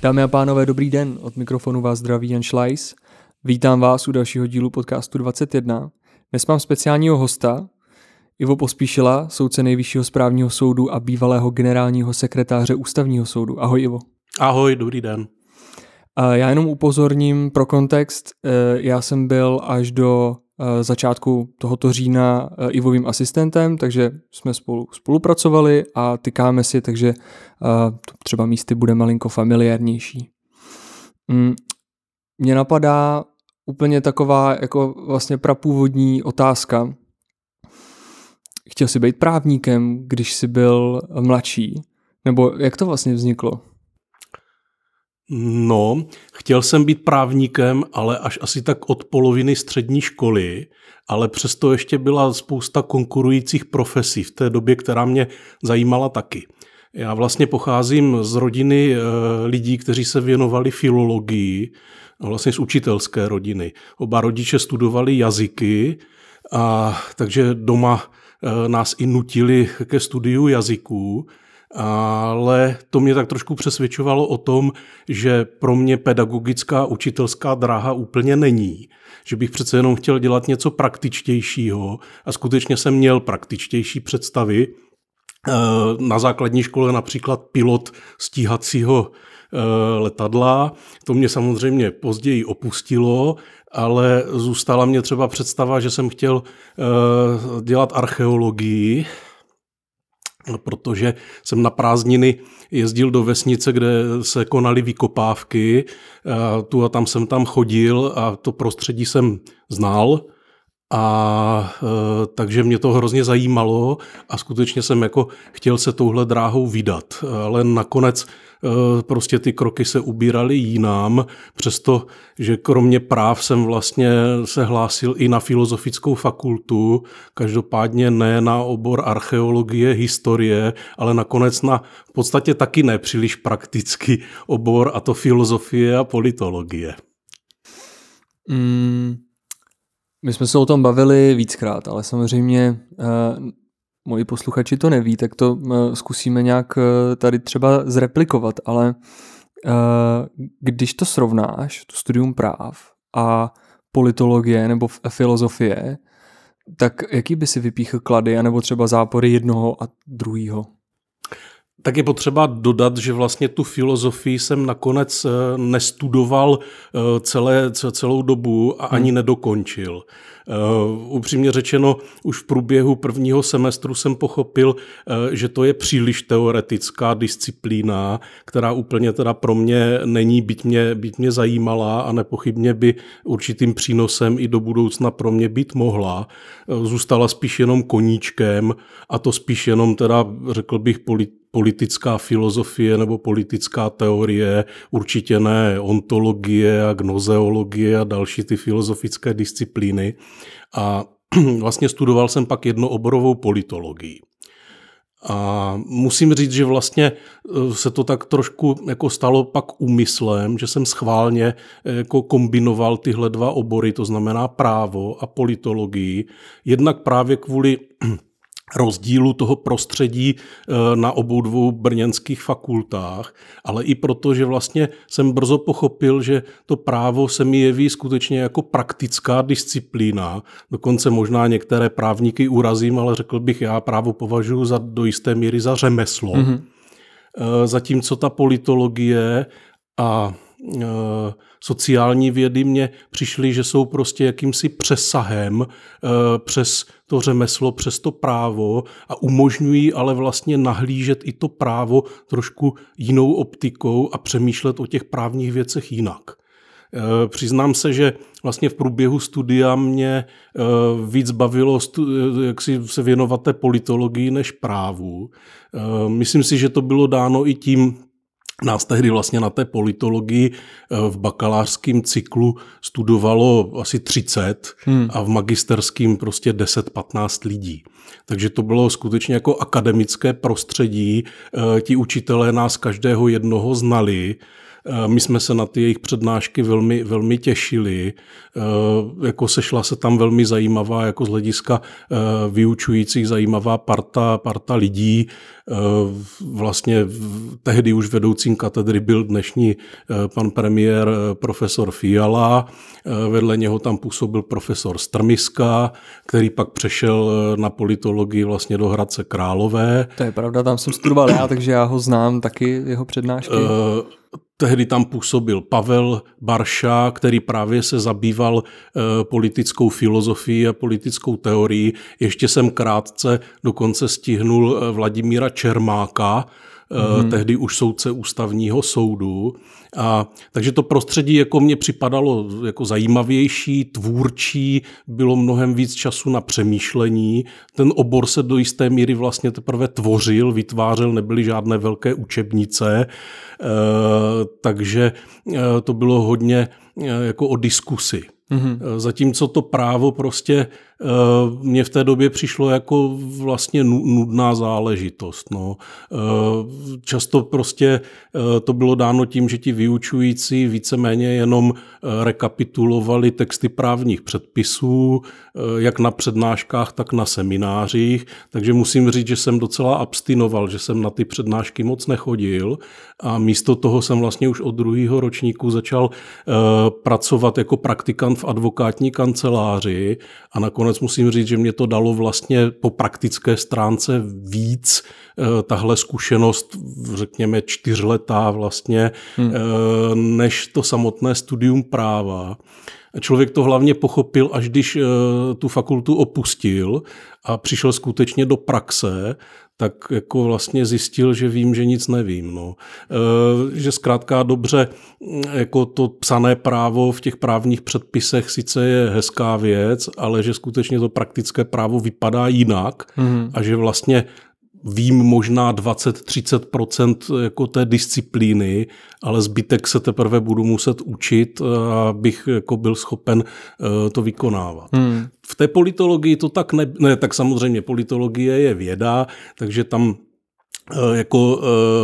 Dámy a pánové, dobrý den, od mikrofonu vás zdraví Jan Šlajs. Vítám vás u dalšího dílu podcastu 21. Dnes mám speciálního hosta, Ivo Pospíšila, soudce Nejvyššího správního soudu a bývalého generálního sekretáře Ústavního soudu. Ahoj Ivo. Ahoj, dobrý den. Já jenom upozorním pro kontext, já jsem byl až do začátku tohoto října Ivovým asistentem, takže jsme spolupracovali a tykáme si, takže třeba místy bude malinko familiárnější. Mně napadá úplně taková jako vlastně prapůvodní otázka. Chtěl jsi být právníkem, když jsi byl mladší? Nebo jak to vlastně vzniklo? No, chtěl jsem být právníkem, ale až asi tak od poloviny střední školy, ale přesto ještě byla spousta konkurujících profesí v té době, která mě zajímala taky. Já vlastně pocházím z rodiny lidí, kteří se věnovali filologii, vlastně z učitelské rodiny. Oba rodiče studovali jazyky, a takže doma nás i nutili ke studiu jazyků, ale to mě tak trošku přesvědčovalo o tom, že pro mě pedagogická učitelská dráha úplně není. Že bych přece jenom chtěl dělat něco praktičtějšího a skutečně jsem měl praktičtější představy. Na základní škole například pilot stíhacího letadla. To mě samozřejmě později opustilo, ale zůstala mě třeba představa, že jsem chtěl dělat archeologii, protože jsem na prázdniny jezdil do vesnice, kde se konaly vykopávky. Tu a tam jsem tam chodil a to prostředí jsem znal. A takže mě to hrozně zajímalo a skutečně jsem jako chtěl se touhle dráhou vydat, ale nakonec prostě ty kroky se ubíraly jinam, přesto, že kromě práv jsem vlastně se hlásil i na filozofickou fakultu, každopádně ne na obor archeologie, historie, ale nakonec na v podstatě taky nepříliš praktický obor, a to filozofie a politologie. My jsme se o tom bavili víckrát, ale samozřejmě moji posluchači to neví, tak to zkusíme nějak tady třeba zreplikovat, ale když to srovnáš, to studium práv a politologie nebo filozofie, tak jaký by si vypíchl klady anebo třeba zápory jednoho a druhýho? Tak je potřeba dodat, že vlastně tu filozofii jsem nakonec nestudoval celou dobu a ani nedokončil. Upřímně řečeno, už v průběhu prvního semestru jsem pochopil, že to je příliš teoretická disciplína, která úplně teda pro mě není, byť mě zajímala a nepochybně by určitým přínosem i do budoucna pro mě být mohla. Zůstala spíš jenom koníčkem, a to spíš jenom teda, řekl bych, politická filozofie nebo politická teorie, určitě ne ontologie a gnoseologie a další ty filozofické disciplíny. A vlastně studoval jsem pak jednooborovou politologii. A musím říct, že vlastně se to tak trošku jako stalo pak úmyslem, že jsem schválně jako kombinoval tyhle dva obory, to znamená právo a politologii, jednak právě kvůli rozdílu toho prostředí na obou dvou brněnských fakultách, ale i proto, že vlastně jsem brzo pochopil, že to právo se mi jeví skutečně jako praktická disciplína. Dokonce možná některé právníky urazím, ale řekl bych, já právo považuji do jisté míry za řemeslo. Mm-hmm. Zatímco ta politologie a sociální vědy mně přišly, že jsou prostě jakýmsi přesahem přes to řemeslo, přes to právo a umožňují ale vlastně nahlížet i to právo trošku jinou optikou a přemýšlet o těch právních věcech jinak. Přiznám se, že vlastně v průběhu studia mě víc bavilo jak si se věnovat té politologii než právu. Myslím si, že to bylo dáno i tím, nás tehdy vlastně na té politologii v bakalářském cyklu studovalo asi 30 a v magisterském prostě 10-15 lidí. Takže to bylo skutečně jako akademické prostředí. Ti učitelé nás každého jednoho znali. My jsme se na ty jejich přednášky velmi, velmi těšili. Jako sešla se tam velmi zajímavá, jako z hlediska vyučujících zajímavá parta lidí. Vlastně tehdy už vedoucím katedry byl dnešní pan premiér profesor Fiala. Vedle něho tam působil profesor Strmiska, který pak přešel na politologii vlastně do Hradce Králové. To je pravda, tam jsem studoval já, takže já ho znám taky, jeho přednášky. Tehdy tam působil Pavel Barša, který právě se zabýval politickou filozofií a politickou teorií. Ještě jsem krátce dokonce stihnul Vladimíra Čermáka, tehdy už soudce ústavního soudu. Takže to prostředí jako mně připadalo jako zajímavější, tvůrčí, bylo mnohem víc času na přemýšlení. Ten obor se do jisté míry vlastně teprve tvořil, vytvářel, nebyly žádné velké učebnice, takže to bylo hodně jako o diskusi. Zatímco to právo prostě mně v té době přišlo jako vlastně nudná záležitost. No. Často prostě to bylo dáno tím, že ti vyučující víceméně jenom rekapitulovali texty právních předpisů, jak na přednáškách, tak na seminářích, takže musím říct, že jsem docela abstinoval, že jsem na ty přednášky moc nechodil a místo toho jsem vlastně už od 2. ročníku začal pracovat jako praktikant v advokátní kanceláři a nakonec musím říct, že mě to dalo vlastně po praktické stránce víc tahle zkušenost, řekněme 4letá vlastně, než to samotné studium práva. Člověk to hlavně pochopil, až když tu fakultu opustil a přišel skutečně do praxe, tak jako vlastně zjistil, že vím, že nic nevím. No. Že zkrátka dobře, jako to psané právo v těch právních předpisech sice je hezká věc, ale že skutečně to praktické právo vypadá jinak a že vlastně vím možná 20-30% jako té disciplíny, ale zbytek se teprve budu muset učit, abych jako byl schopen to vykonávat. V té politologii to tak ne, tak samozřejmě politologie je věda, takže tam jako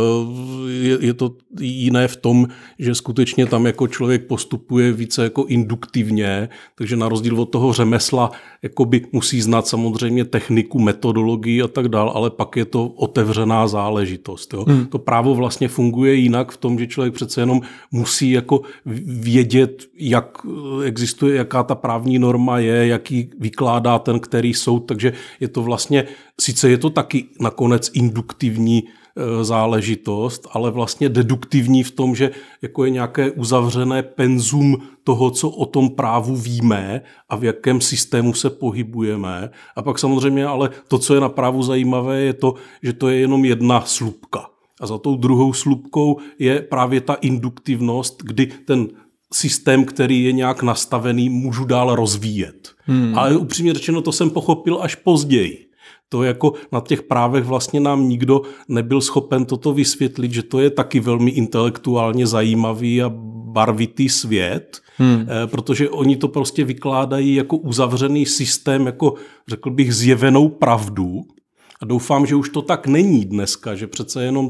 je to jiné v tom, že skutečně tam jako člověk postupuje více jako induktivně, takže na rozdíl od toho řemesla jakoby musí znát samozřejmě techniku, metodologii a tak dál, ale pak je to otevřená záležitost. Jo. To právo vlastně funguje jinak v tom, že člověk přece jenom musí jako vědět, jak existuje, jaká ta právní norma je, jaký vykládá ten, který soud, takže je to vlastně, sice je to taky nakonec induktivní záležitost, ale vlastně deduktivní v tom, že jako je nějaké uzavřené penzum toho, co o tom právu víme a v jakém systému se pohybujeme. A pak samozřejmě ale to, co je na právu zajímavé, je to, že to je jenom jedna slupka. A za tou druhou slupkou je právě ta induktivnost, kdy ten systém, který je nějak nastavený, můžu dál rozvíjet. Ale upřímně řečeno, to jsem pochopil až později. To jako na těch právech vlastně nám nikdo nebyl schopen toto vysvětlit, že to je taky velmi intelektuálně zajímavý a barvitý svět, protože oni to prostě vykládají jako uzavřený systém, jako řekl bych zjevenou pravdu. A doufám, že už to tak není dneska, že přece jenom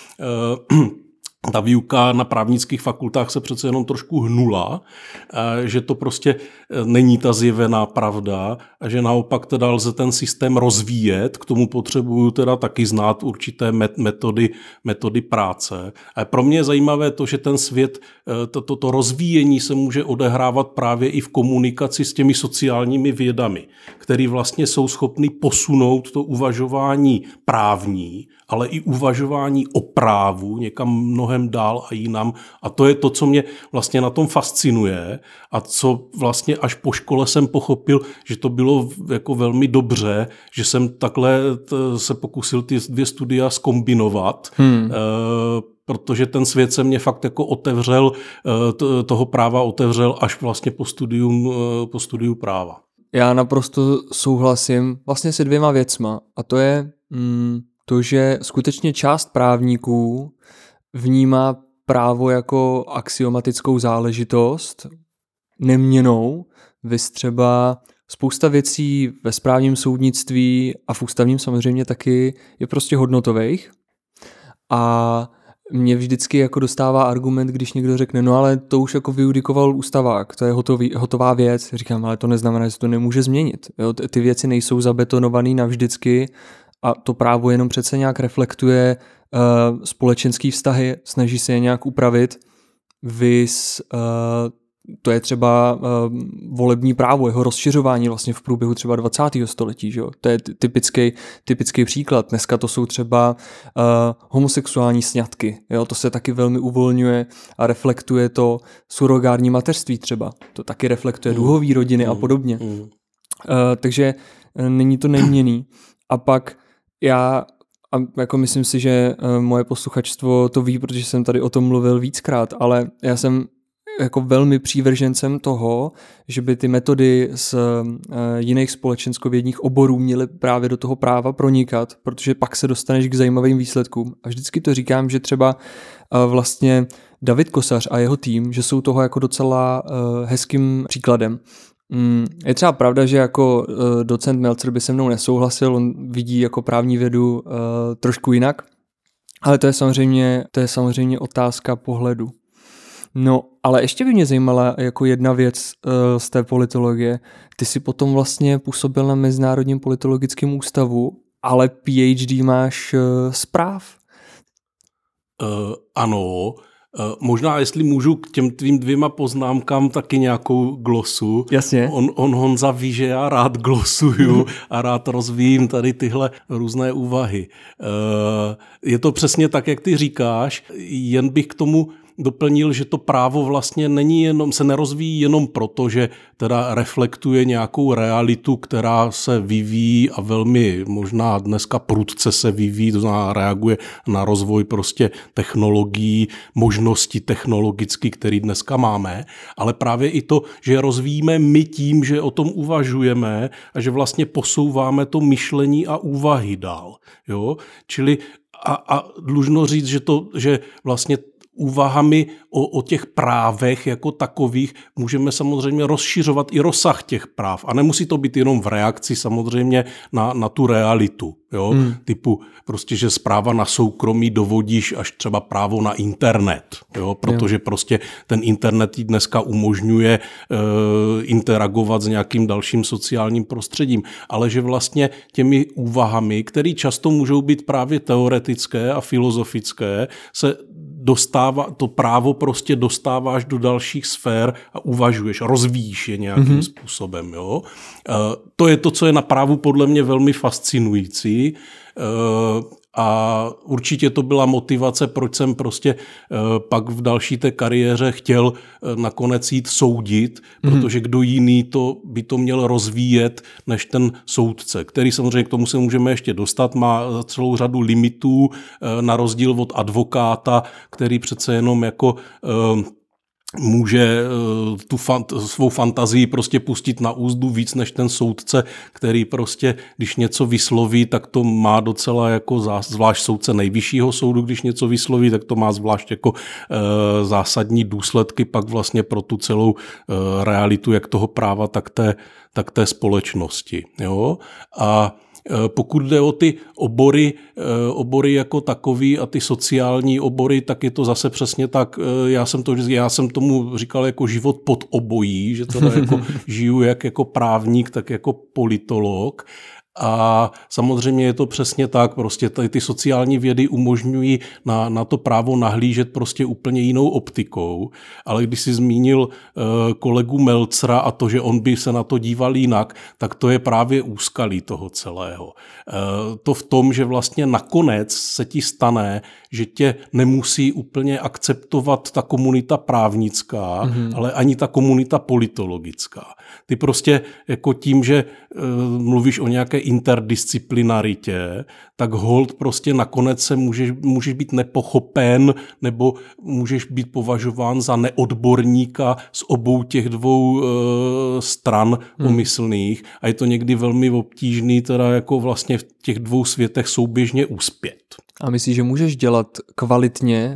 ta výuka na právnických fakultách se přece jenom trošku hnula, že to prostě není ta zjevená pravda a že naopak teda lze ten systém rozvíjet, k tomu potřebuju teda taky znát určité metody práce. A pro mě je zajímavé to, že ten svět, to rozvíjení se může odehrávat právě i v komunikaci s těmi sociálními vědami, které vlastně jsou schopny posunout to uvažování právní, ale i uvažování o právu někam mnohem dál a jinam. A to je to, co mě vlastně na tom fascinuje a co vlastně až po škole jsem pochopil, že to bylo jako velmi dobře, že jsem takhle se pokusil ty 2 studia zkombinovat, protože ten svět se mě fakt jako otevřel, toho práva otevřel až vlastně po studiu práva. Já naprosto souhlasím vlastně se 2 věcma a to je to, že skutečně část právníků vnímá právo jako axiomatickou záležitost, neměnnou, viz třeba spousta věcí ve správním soudnictví a v ústavním samozřejmě taky je prostě hodnotových a mě vždycky jako dostává argument, když někdo řekne, no ale to už jako vyjudikoval ústavák, to je hotová věc. Říkám, ale to neznamená, že se to nemůže změnit. Jo? Ty věci nejsou zabetonované navždycky a to právo jenom přece nějak reflektuje společenský vztahy, snaží se je nějak upravit. To je třeba volební právo, jeho rozšiřování vlastně v průběhu třeba 20. století. Že? To je typický příklad. Dneska to jsou třeba homosexuální sňatky. Jo? To se taky velmi uvolňuje a reflektuje to surogátní mateřství třeba. To taky reflektuje duhový rodiny a podobně. Takže není to neměnný. A pak a jako myslím si, že moje posluchačstvo to ví, protože jsem tady o tom mluvil víckrát, ale já jsem jako velmi přívržencem toho, že by ty metody z jiných společenskovědních oborů měly právě do toho práva pronikat, protože pak se dostaneš k zajímavým výsledkům. A vždycky to říkám, že třeba vlastně David Kosař a jeho tým, že jsou toho jako docela hezkým příkladem. Je třeba pravda, že jako docent Meltzer by se mnou nesouhlasil, on vidí jako právní vědu trošku jinak, ale to je samozřejmě otázka pohledu. No, ale ještě by mě zajímala jako jedna věc z té politologie. Ty jsi potom vlastně působil na Mezinárodním politologickém ústavu, ale PhD máš z práv. Ano, možná jestli můžu k těm tvým 2 poznámkám taky nějakou glosu. Jasně. On Honza ví, že já rád glosuju a rád rozvíjím tady tyhle různé úvahy. Je to přesně tak, jak ty říkáš, jen bych k tomu doplnil, že to právo vlastně se nerozvíjí jenom proto, že teda reflektuje nějakou realitu, která se vyvíjí a velmi možná dneska prudce se vyvíjí, to znamená reaguje na rozvoj prostě technologií, možností technologický, který dneska máme, ale právě i to, že rozvíjíme my tím, že o tom uvažujeme a že vlastně posouváme to myšlení a úvahy dál. Jo? Čili a dlužno říct, že vlastně úvahami o těch právech jako takových můžeme samozřejmě rozšiřovat i rozsah těch práv. A nemusí to být jenom v reakci samozřejmě na tu realitu. Jo? Typu prostě, že práva na soukromí dovodíš až třeba právo na internet. Jo? Protože prostě ten internet jí dneska umožňuje interagovat s nějakým dalším sociálním prostředím. Ale že vlastně těmi úvahami, které často můžou být právě teoretické a filozofické, se to právo prostě dostáváš do dalších sfér a uvažuješ, rozvíjíš je nějakým způsobem. Jo? To je to, co je na právu podle mě velmi fascinující. A určitě to byla motivace, proč jsem prostě pak v další té kariéře chtěl nakonec jít soudit, protože kdo jiný by to měl rozvíjet než ten soudce, který samozřejmě k tomu se můžeme ještě dostat, má celou řadu limitů na rozdíl od advokáta, který přece jenom jako může svou fantazii prostě pustit na úzdu víc než ten soudce, který prostě, když něco vysloví, tak to má docela jako zvlášť soudce nejvyššího soudu, když něco vysloví, tak to má zvlášť jako zásadní důsledky pak vlastně pro tu celou realitu jak toho práva, tak té společnosti. Jo? A pokud jde o ty obory jako takový a ty sociální obory, tak je to zase přesně tak, já jsem tomu říkal jako život pod obojí, že teda jako žiju jak jako právník, tak jako politolog. A samozřejmě je to přesně tak, prostě ty sociální vědy umožňují na to právo nahlížet prostě úplně jinou optikou, ale když jsi zmínil kolegu Meltzera a to, že on by se na to díval jinak, tak to je právě úskalí toho celého. To v tom, že vlastně nakonec se ti stane, že tě nemusí úplně akceptovat ta komunita právnická, ale ani ta komunita politologická. Ty prostě jako tím, že mluvíš o nějaké interdisciplinaritě, tak holt prostě nakonec se můžeš být nepochopen nebo můžeš být považován za neodborníka z obou těch 2 stran pomyslných a je to někdy velmi obtížný teda jako vlastně v těch 2 světech souběžně uspět. A myslíš, že můžeš dělat kvalitně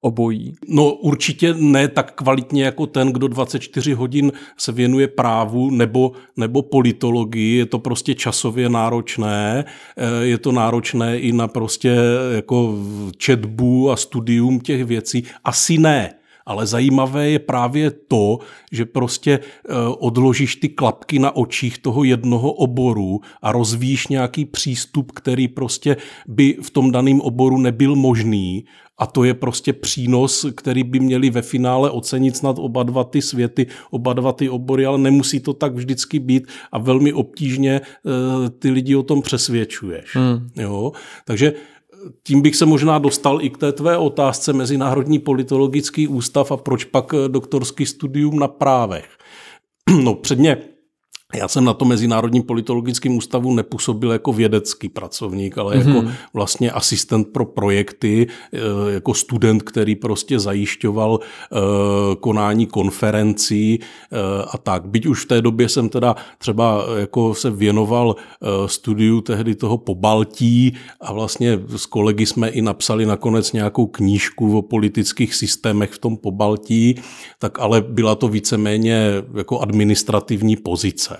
obojí? No určitě ne tak kvalitně jako ten, kdo 24 hodin se věnuje právu nebo politologii. Je to prostě časově náročné. Je to náročné i na prostě jako četbu a studium těch věcí. Asi ne. Ale zajímavé je právě to, že prostě odložíš ty klapky na očích toho jednoho oboru a rozvíjíš nějaký přístup, který prostě by v tom daném oboru nebyl možný. A to je prostě přínos, který by měli ve finále ocenit snad oba dva ty světy, oba dva ty obory, ale nemusí to tak vždycky být a velmi obtížně ty lidi o tom přesvědčuješ. Jo? Takže tím bych se možná dostal i k té tvé otázce Mezinárodní politologický ústav a proč pak doktorský studium na právech. No předně, já jsem na tom Mezinárodním politologickém ústavu nepůsobil jako vědecký pracovník, ale jako vlastně asistent pro projekty, jako student, který prostě zajišťoval konání konferencí a tak. Byť už v té době jsem teda třeba jako se věnoval studiu tehdy toho Pobaltí a vlastně s kolegy jsme i napsali nakonec nějakou knížku o politických systémech v tom Pobaltí, tak ale byla to víceméně jako administrativní pozice.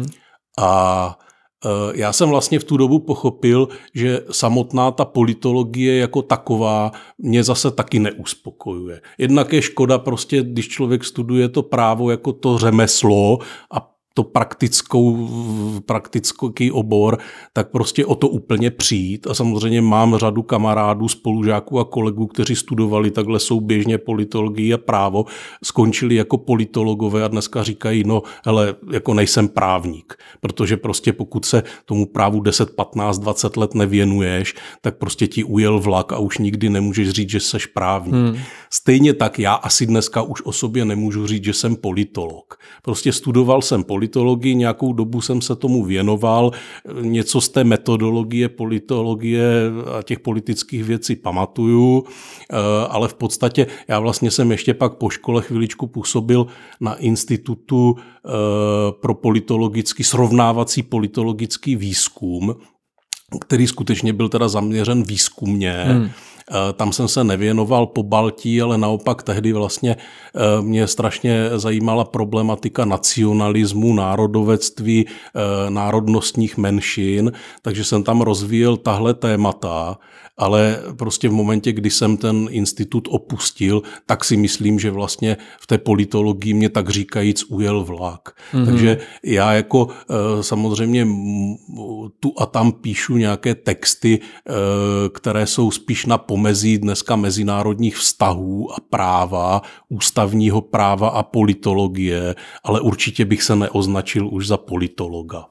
A já jsem vlastně v tu dobu pochopil, že samotná ta politologie jako taková mě zase taky neuspokojuje. Jednak je škoda prostě, když člověk studuje to právo jako to řemeslo a to praktický obor, tak prostě o to úplně přijít. A samozřejmě mám řadu kamarádů, spolužáků a kolegů, kteří studovali takhle souběžně politologii a právo, skončili jako politologové a dneska říkají, no hele, jako nejsem právník, protože prostě pokud se tomu právu 10, 15, 20 let nevěnuješ, tak prostě ti ujel vlak a už nikdy nemůžeš říct, že seš právník. Stejně tak já asi dneska už o sobě nemůžu říct, že jsem politolog. Prostě studoval jsem politologii, nějakou dobu jsem se tomu věnoval, něco z té metodologie, politologie a těch politických věcí pamatuju, ale v podstatě já vlastně jsem ještě pak po škole chviličku působil na institutu pro srovnávací politologický výzkum, který skutečně byl teda zaměřen výzkumně. Tam jsem se nevěnoval Pobaltí, ale naopak tehdy vlastně mě strašně zajímala problematika nacionalismu, národovectví, národnostních menšin, takže jsem tam rozvíjel tahle témata, ale prostě v momentě, kdy jsem ten institut opustil, tak si myslím, že vlastně v té politologii mě tak říkajíc ujel vlak. Takže já jako samozřejmě tu a tam píšu nějaké texty, které jsou spíš na pomezí dneska mezinárodních vztahů a práva, ústavního práva a politologie, ale určitě bych se neoznačil už za politologa.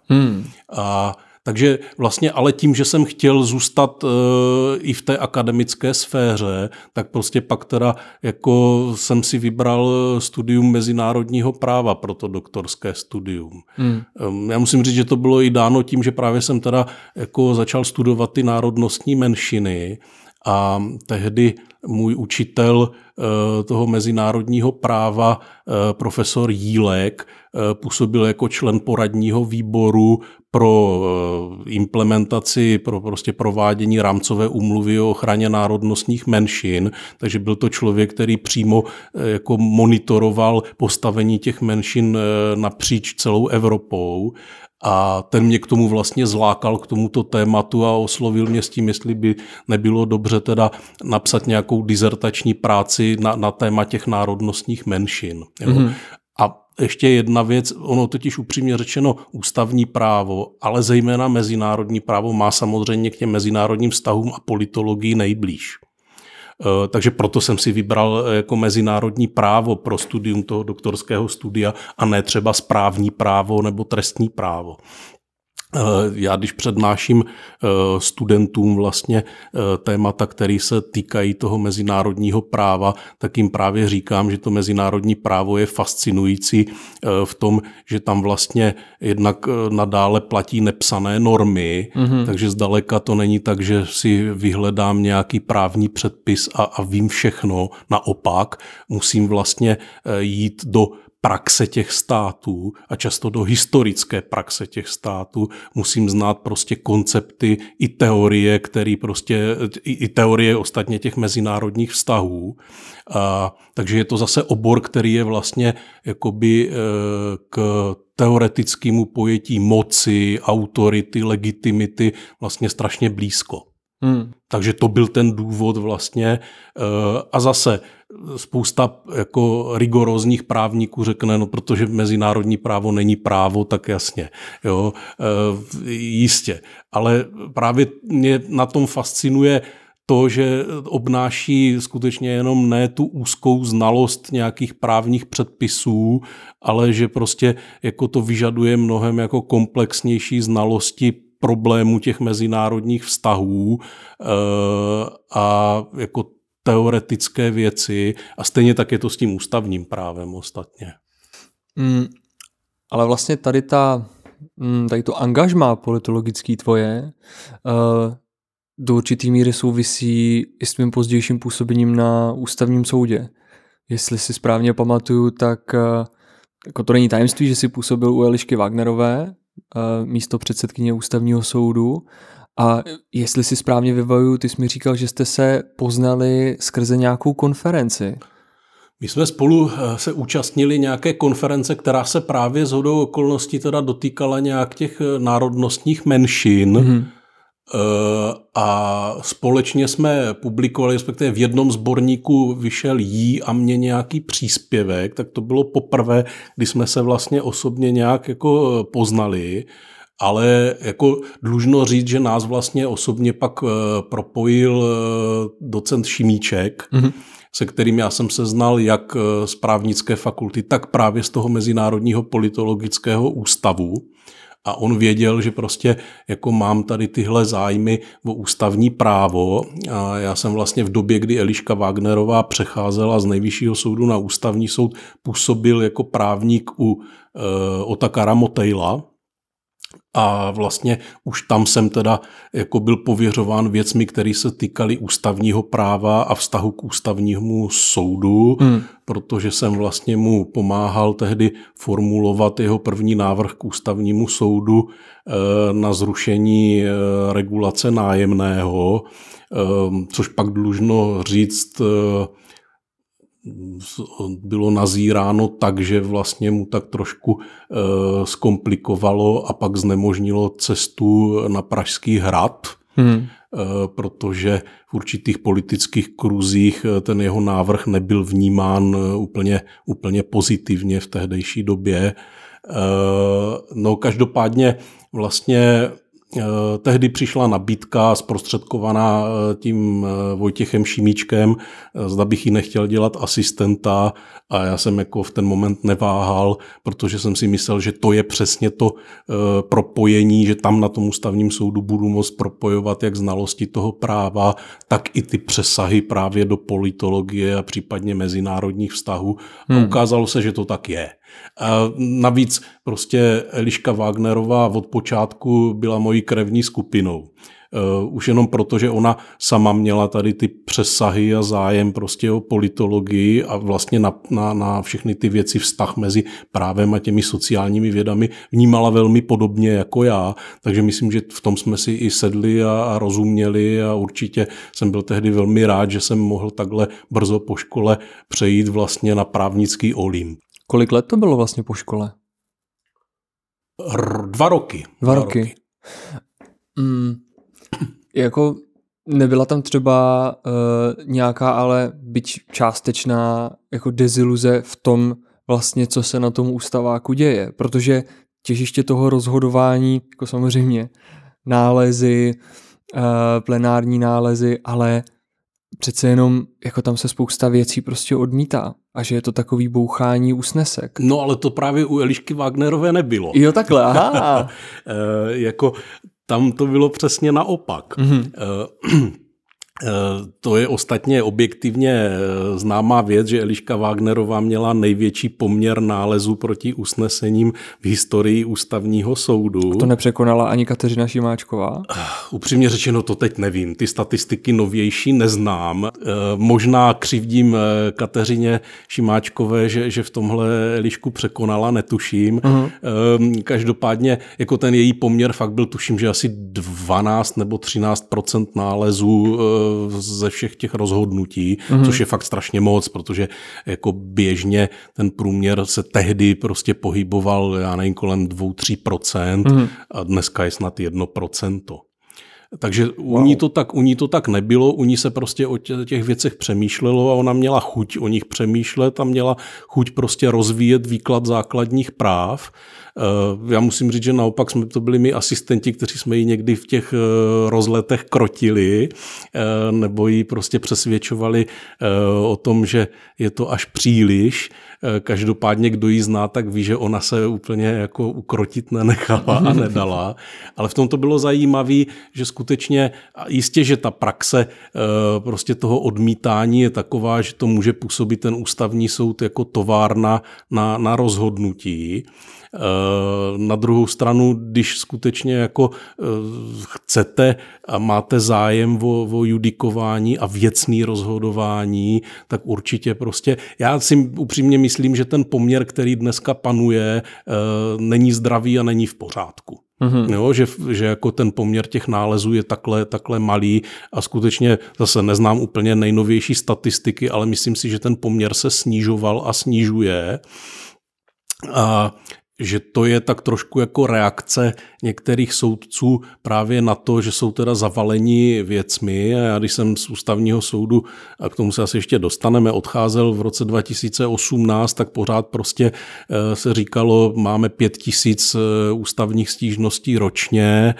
Takže vlastně ale tím, že jsem chtěl zůstat i v té akademické sféře, tak prostě pak teda jako jsem si vybral studium mezinárodního práva pro to doktorské studium. Já musím říct, že to bylo i dáno tím, že právě jsem teda jako začal studovat ty národnostní menšiny a tehdy můj učitel toho mezinárodního práva, profesor Jílek, působil jako člen poradního výboru pro implementaci, pro prostě provádění rámcové úmluvy o ochraně národnostních menšin, takže byl to člověk, který přímo jako monitoroval postavení těch menšin napříč celou Evropou. A ten mě k tomu vlastně zlákal, k tomuto tématu a oslovil mě s tím, jestli by nebylo dobře teda napsat nějakou dizertační práci na téma těch národnostních menšin. Jo. A ještě jedna věc, ono totiž upřímně řečeno ústavní právo, ale zejména mezinárodní právo má samozřejmě k těm mezinárodním vztahům a politologii nejblíž. Takže proto jsem si vybral jako mezinárodní právo pro studium toho doktorského studia a ne třeba správní právo nebo trestní právo. Já když přednáším studentům vlastně témata, které se týkají toho mezinárodního práva, tak jim právě říkám, že to mezinárodní právo je fascinující v tom, že tam vlastně jednak nadále platí nepsané normy, takže zdaleka to není tak, že si vyhledám nějaký právní předpis a vím všechno. Naopak musím vlastně jít do praxe těch států a často do historické praxe těch států musím znát prostě koncepty i teorie, i teorie ostatně těch mezinárodních vztahů. Takže je to zase obor, který je vlastně jakoby k teoretickému pojetí moci, autority, legitimity vlastně strašně blízko. Takže to byl ten důvod vlastně. A zase spousta jako rigorózních právníků řekne, no protože mezinárodní právo není právo, tak jasně. Jo, jistě. Ale právě mě na tom fascinuje to, že obnáší skutečně jenom ne tu úzkou znalost nějakých právních předpisů, ale že prostě jako to vyžaduje mnohem jako komplexnější znalosti problémů těch mezinárodních vztahů a jako teoretické věci a stejně tak je to s tím ústavním právem ostatně. Ale vlastně tady to angažmá politologický tvoje do určitý míry souvisí i s tvým pozdějším působením na ústavním soudě. Jestli si správně pamatuju, tak jako to není tajemství, že si působil u Elišky Wagnerové, místo předsedkyně ústavního soudu. A jestli si správně vybavuju, ty jsi mi říkal, že jste se poznali skrze nějakou konferenci. My jsme spolu se účastnili nějaké konference, která se právě shodou okolností teda dotýkala nějak těch národnostních menšin. A společně jsme publikovali, respektive v jednom sborníku vyšel Jí a mě nějaký příspěvek, tak to bylo poprvé, kdy jsme se vlastně osobně nějak jako poznali, ale jako dlužno říct, že nás vlastně osobně pak propojil docent Šimíček, se kterým já jsem se znal jak z právnické fakulty, tak právě z toho Mezinárodního politologického ústavu. A on věděl, že prostě jako mám tady tyhle zájmy o ústavní právo a já jsem vlastně v době, kdy Eliška Wagnerová přecházela z Nejvyššího soudu na ústavní soud, působil jako právník u Otakara Motejla a vlastně už tam jsem teda jako byl pověřován věcmi, které se týkaly ústavního práva a vztahu k ústavnímu soudu, protože jsem vlastně mu pomáhal tehdy formulovat jeho první návrh k ústavnímu soudu na zrušení regulace nájemného, což pak dlužno říct bylo nazíráno tak, že vlastně mu tak trošku zkomplikovalo a pak znemožnilo cestu na Pražský hrad, protože v určitých politických kruzích ten jeho návrh nebyl vnímán úplně pozitivně v tehdejší době. No každopádně vlastně tehdy přišla nabídka zprostředkovaná tím Vojtěchem Šimíčkem, zda bych jí nechtěl dělat asistenta a já jsem jako v ten moment neváhal, protože jsem si myslel, že to je přesně to propojení, že tam na tom ústavním soudu budu moct propojovat jak znalosti toho práva, tak i ty přesahy právě do politologie a případně mezinárodních vztahů. A ukázalo se, že to tak je. A navíc prostě Eliška Wagnerová od počátku byla mojí krevní skupinou. Už jenom proto, že ona sama měla tady ty přesahy a zájem prostě o politologii a vlastně na všechny ty věci vztah mezi právem a těmi sociálními vědami vnímala velmi podobně jako já, takže myslím, že v tom jsme si i sedli a rozuměli a určitě jsem byl tehdy velmi rád, že jsem mohl takhle brzo po škole přejít vlastně na právnický Olymp. Kolik let to bylo vlastně po škole? 2 roky. 2 roky. Jako nebyla tam třeba nějaká, ale byť částečná jako deziluze v tom vlastně, co se na tom ústaváku děje, protože těžiště toho rozhodování, jako samozřejmě nálezy, plenární nálezy, ale přece jenom jako tam se spousta věcí prostě odmítá a že je to takový bouchání usnesek. No ale to právě u Elišky Wagnerové nebylo. Jo takhle, aha. Jako tam to bylo přesně naopak. To je ostatně objektivně známá věc, že Eliška Wagnerová měla největší poměr nálezů proti usnesením v historii ústavního soudu. A to nepřekonala ani Kateřina Šimáčková? Upřímně řečeno to teď nevím. Ty statistiky novější neznám. Možná křivdím Kateřině Šimáčkové, že v tomhle Elišku překonala, netuším. Každopádně jako ten její poměr fakt byl, tuším, že asi 12 nebo 13% nálezů ze všech těch rozhodnutí, což je fakt strašně moc, protože jako běžně ten průměr se tehdy prostě pohyboval, já nevím, kolem 2-3% a dneska je snad 1%. Takže u ní to tak nebylo, u ní se prostě o těch věcech přemýšlelo a ona měla chuť o nich přemýšlet a měla chuť prostě rozvíjet výklad základních práv. Já musím říct, že naopak jsme to byli my asistenti, kteří jsme ji někdy v těch rozletech krotili nebo ji prostě přesvědčovali o tom, že je to až příliš. Každopádně, kdo ji zná, tak ví, že ona se úplně jako ukrotit nenechala a nedala. Ale v tom to bylo zajímavé, že skutečně jistě, že ta praxe prostě toho odmítání je taková, že to může působit ten ústavní soud jako továrna na rozhodnutí. Na druhou stranu, když skutečně jako chcete a máte zájem o judikování a věcný rozhodování, tak určitě prostě, já si upřímně myslím, že ten poměr, který dneska panuje, není zdravý a není v pořádku. Jo, že jako ten poměr těch nálezů je takhle malý a skutečně zase neznám úplně nejnovější statistiky, ale myslím si, že ten poměr se snižoval a snižuje. A že to je tak trošku jako reakce některých soudců právě na to, že jsou teda zavaleni věcmi. A já když jsem z ústavního soudu, a k tomu se asi ještě dostaneme, odcházel v roce 2018, tak pořád prostě se říkalo, máme 5000 ústavních stížností ročně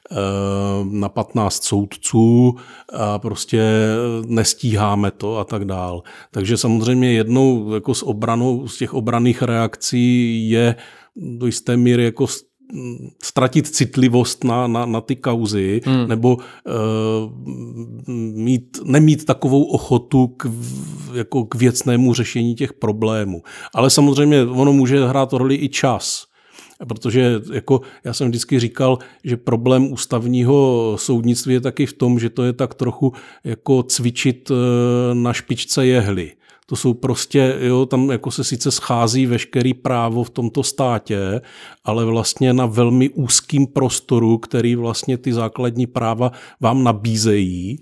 na 15 soudců a prostě nestíháme to a tak dál. Takže samozřejmě jednou jako z těch obranných reakcí je do jisté míry jako ztratit citlivost na ty kauzy nebo nemít takovou ochotu k věcnému řešení těch problémů. Ale samozřejmě ono může hrát roli i čas. Protože jako já jsem vždycky říkal, že problém ústavního soudnictví je taky v tom, že to je tak trochu jako cvičit na špičce jehly. To jsou prostě, jo, tam jako se sice schází veškerý právo v tomto státě, ale vlastně na velmi úzkým prostoru, který vlastně ty základní práva vám nabízejí.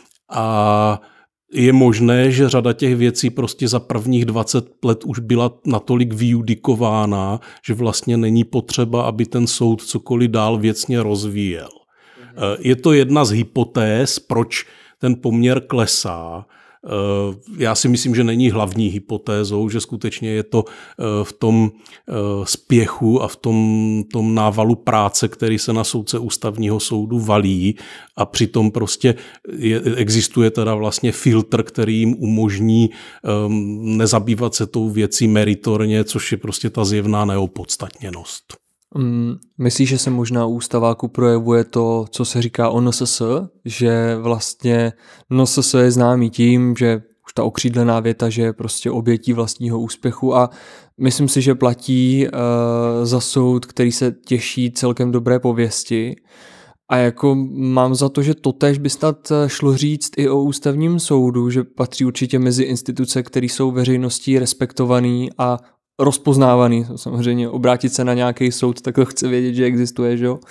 A je možné, že řada těch věcí prostě za prvních 20 let už byla natolik vyjudikována, že vlastně není potřeba, aby ten soud cokoliv dál věcně rozvíjel. Je to jedna z hypotéz, proč ten poměr klesá. Já si myslím, že není hlavní hypotézou, že skutečně je to v tom spěchu a v tom návalu práce, který se na soudce ústavního soudu valí a přitom prostě existuje teda vlastně filtr, který jim umožní nezabývat se tou věcí meritorně, což je prostě ta zjevná neopodstatněnost. Myslíš, že se možná u ústaváku projevuje to, co se říká o NSS, že vlastně NSS je známý tím, že už ta okřídlená věta, že je prostě obětí vlastního úspěchu a myslím si, že platí za soud, který se těší celkem dobré pověsti. A jako mám za to, že totéž by snad šlo říct i o ústavním soudu, že patří určitě mezi instituce, které jsou veřejností respektovaný a rozpoznávaný. Samozřejmě obrátit se na nějaký soud, tak to chce vědět, že existuje, že jo.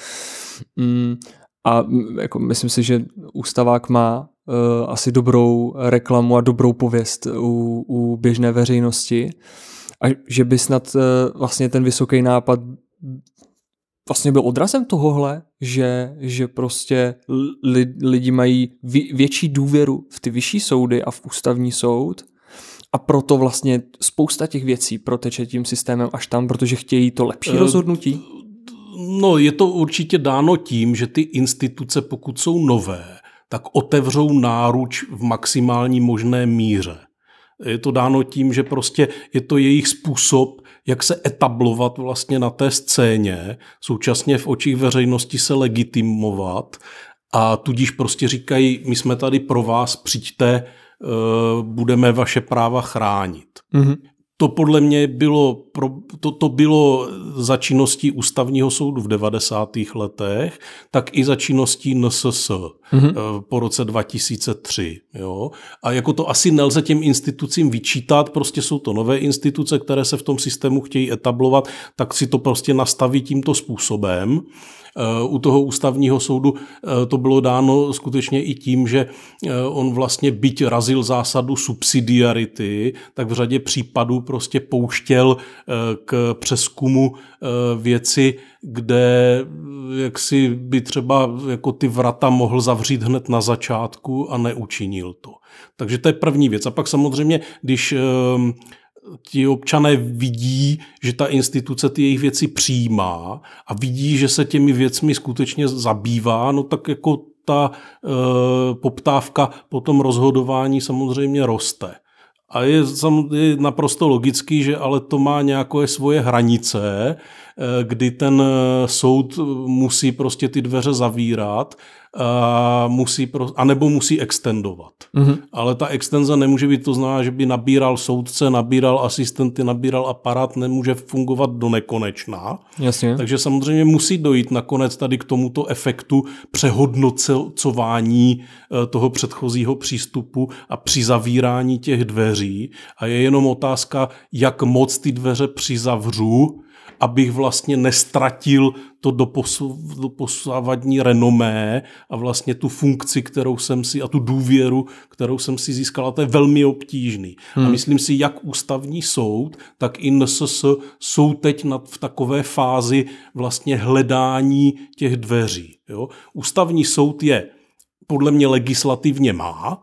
A jako myslím si, že ústavák má asi dobrou reklamu a dobrou pověst u běžné veřejnosti a že by snad vlastně ten vysoký nápad vlastně byl odrazem tohohle, že prostě lidi mají větší důvěru v ty vyšší soudy a v ústavní soud a proto vlastně spousta těch věcí proteče tím systémem až tam, protože chtějí to lepší rozhodnutí? No, je to určitě dáno tím, že ty instituce, pokud jsou nové, tak otevřou náruč v maximální možné míře. Je to dáno tím, že prostě je to jejich způsob, jak se etablovat vlastně na té scéně, současně v očích veřejnosti se legitimovat a tudíž prostě říkají, my jsme tady pro vás, přijďte, budeme vaše práva chránit. Mm-hmm. To podle mě bylo, to bylo za činností Ústavního soudu v 90. letech, tak i za činností NSS po roce 2003. Jo? A jako to asi nelze těm institucím vyčítat, prostě jsou to nové instituce, které se v tom systému chtějí etablovat, tak si to prostě nastaví tímto způsobem. U toho Ústavního soudu to bylo dáno skutečně i tím, že on vlastně byť razil zásadu subsidiarity, tak v řadě případů prostě pouštěl k přezkumu věci, kde jaksi by třeba jako ty vrata mohl zavřít hned na začátku a neučinil to. Takže to je první věc. A pak samozřejmě, když ti občané vidí, že ta instituce ty jejich věci přijímá a vidí, že se těmi věcmi skutečně zabývá, no tak jako ta poptávka po tom rozhodování samozřejmě roste. A je naprosto logický, že ale to má nějaké svoje hranice, kdy ten soud musí prostě ty dveře zavírat anebo musí extendovat. Mm-hmm. Ale ta extenze nemůže být, to znamená, že by nabíral soudce, nabíral asistenty, nabíral aparát, nemůže fungovat do nekonečna. Jasně. Takže samozřejmě musí dojít nakonec tady k tomuto efektu přehodnocování toho předchozího přístupu a při zavírání těch dveří. A je jenom otázka, jak moc ty dveře přizavřu, abych vlastně nestratil to doposavadní renomé a vlastně tu funkci, kterou jsem si, a tu důvěru, kterou jsem si získal. A to je velmi obtížný. A myslím si, jak Ústavní soud, tak i NSS jsou teď v takové fázi vlastně hledání těch dveří. Jo? Ústavní soud je podle mě legislativně má,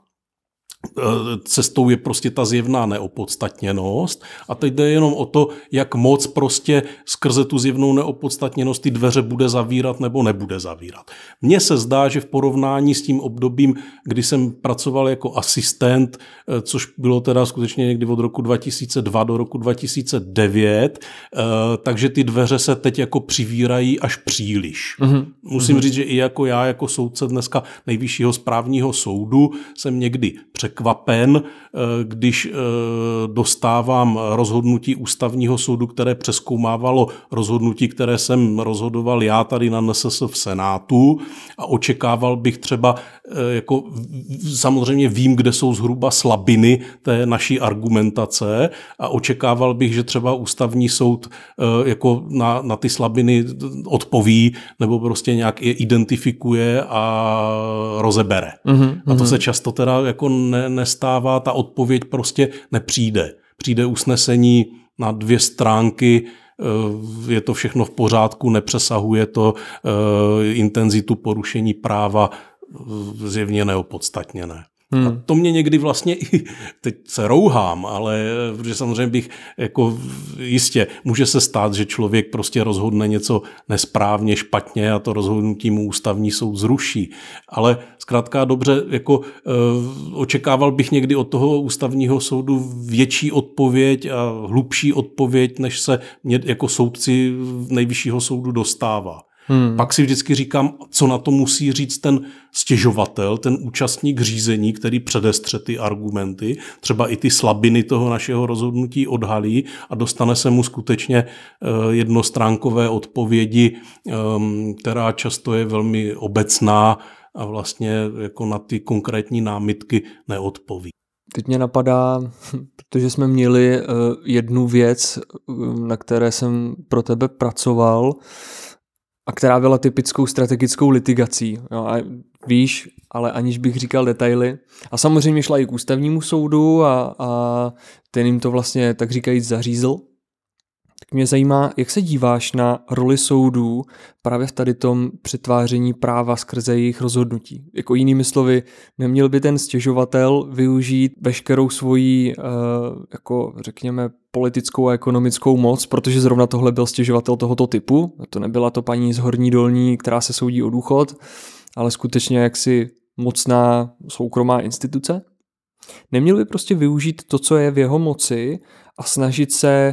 cestou je prostě ta zjevná neopodstatněnost a teď jde jenom o to, jak moc prostě skrze tu zjevnou neopodstatněnost ty dveře bude zavírat nebo nebude zavírat. Mně se zdá, že v porovnání s tím obdobím, kdy jsem pracoval jako asistent, což bylo teda skutečně někdy od roku 2002 do roku 2009, takže ty dveře se teď jako přivírají až příliš. Musím říct, že i jako já, jako soudce dneska Nejvyššího správního soudu, jsem někdy překvapen, když dostávám rozhodnutí Ústavního soudu, které přezkoumávalo rozhodnutí, které jsem rozhodoval já tady na NSS v Senátu a očekával bych třeba, jako samozřejmě vím, kde jsou zhruba slabiny té naší argumentace a očekával bych, že třeba Ústavní soud jako na ty slabiny odpoví nebo prostě nějak je identifikuje a rozebere. A to se často teda jako nestává, ta odpověď prostě nepřijde. Přijde usnesení na 2 stránky, je to všechno v pořádku, nepřesahuje to intenzitu porušení práva, zjevně neopodstatněné. A to mě někdy vlastně i, teď se rouhám, ale protože samozřejmě bych jako jistě může se stát, že člověk prostě rozhodne něco nesprávně, špatně a to rozhodnutí mu Ústavní soud zruší. Ale zkrátka dobře, jako očekával bych někdy od toho Ústavního soudu větší odpověď a hlubší odpověď, než se mě jako soudci Nejvyššího soudu dostává. Pak si vždycky říkám, co na to musí říct ten stěžovatel, ten účastník řízení, který předestře ty argumenty, třeba i ty slabiny toho našeho rozhodnutí odhalí a dostane se mu skutečně jednostránkové odpovědi, která často je velmi obecná a vlastně jako na ty konkrétní námitky neodpoví. Teď mě napadá, protože jsme měli jednu věc, na které jsem pro tebe pracoval, a která byla typickou strategickou litigací. No a víš, ale aniž bych říkal detaily. A samozřejmě šla i k Ústavnímu soudu a ten jim to vlastně, tak říkajíc, zařízl. Tak mě zajímá, jak se díváš na roli soudů právě v tady tom přetváření práva skrze jejich rozhodnutí. Jako jinými slovy, neměl by ten stěžovatel využít veškerou svoji, jako řekněme, politickou a ekonomickou moc, protože zrovna tohle byl stěžovatel tohoto typu. To nebyla to paní z Horní Dolní, která se soudí o důchod, ale skutečně jaksi mocná soukromá instituce. Neměl by prostě využít to, co je v jeho moci a snažit se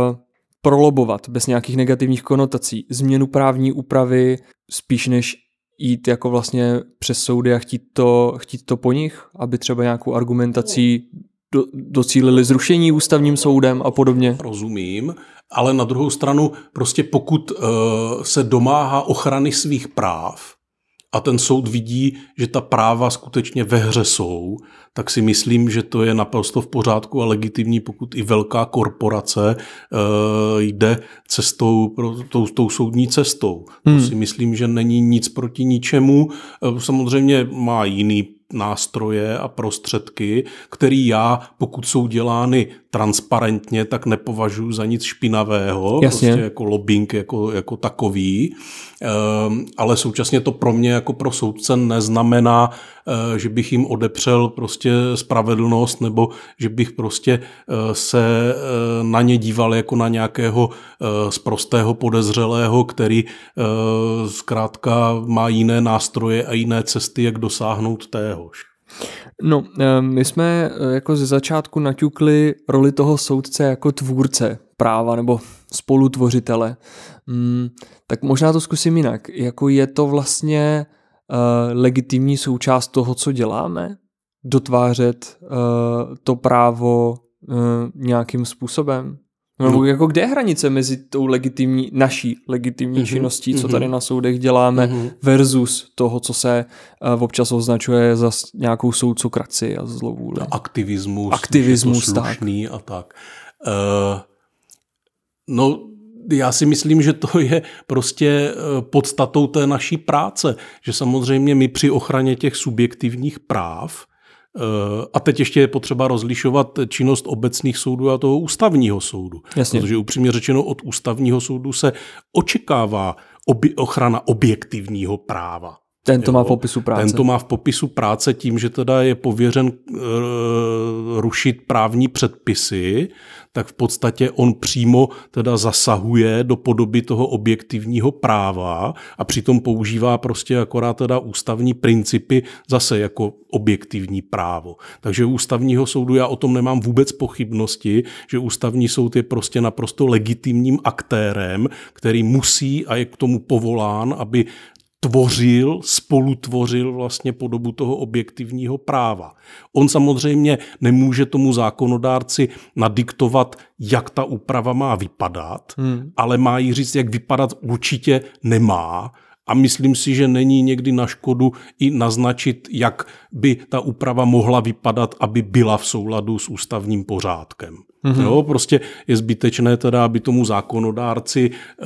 prolobovat bez nějakých negativních konotací změnu právní úpravy spíš než jít jako vlastně přes soudy a chtít to po nich, aby třeba nějakou argumentací docílili zrušení ústavním soudem a podobně? Rozumím, ale na druhou stranu prostě pokud se domáhá ochrany svých práv a ten soud vidí, že ta práva skutečně ve hře jsou, tak si myslím, že to je naprosto v pořádku a legitimní, pokud i velká korporace jde cestou, tou soudní cestou. To si myslím, že není nic proti ničemu. Samozřejmě má jiný nástroje a prostředky, který já, pokud jsou dělány transparentně, tak nepovažuji za nic špinavého, prostě jako lobbying jako takový, ale současně to pro mě jako pro soudce neznamená, že bych jim odepřel prostě spravedlnost nebo že bych prostě se na ně díval jako na nějakého sprostého podezřelého, který zkrátka má jiné nástroje a jiné cesty, jak dosáhnout téhož. No, my jsme jako ze začátku naťukli roli toho soudce jako tvůrce práva nebo spolutvořitele. Tak možná to zkusím jinak. Jako je to vlastně legitimní součást toho, co děláme? Dotvářet to právo nějakým způsobem? No, jako kde je hranice mezi tou naší legitimní činností, co tady na soudech děláme, versus toho, co se občas označuje za nějakou soudcokracii a zlovůli. Aktivismus slušný a tak. Já si myslím, že to je prostě podstatou té naší práce, že samozřejmě my při ochraně těch subjektivních práv, a teď ještě je potřeba rozlišovat činnost obecných soudů a toho ústavního soudu. Jasně. Protože upřímně řečeno od ústavního soudu se očekává ochrana objektivního práva. Ten to má v popisu práce. Ten to má v popisu práce tím, že teda je pověřen rušit právní předpisy, tak v podstatě on přímo teda zasahuje do podoby toho objektivního práva a přitom používá prostě akorát teda ústavní principy zase jako objektivní právo. Takže u ústavního soudu já o tom nemám vůbec pochybnosti, že ústavní soud je prostě naprosto legitimním aktérem, který musí a je k tomu povolán, aby spolutvořil vlastně podobu toho objektivního práva. On samozřejmě nemůže tomu zákonodárci nadiktovat, jak ta úprava má vypadat, ale má jí říct, jak vypadat určitě nemá. A myslím si, že není někdy na škodu i naznačit, jak by ta úprava mohla vypadat, aby byla v souladu s ústavním pořádkem. Jo, prostě je zbytečné teda, aby tomu zákonodárci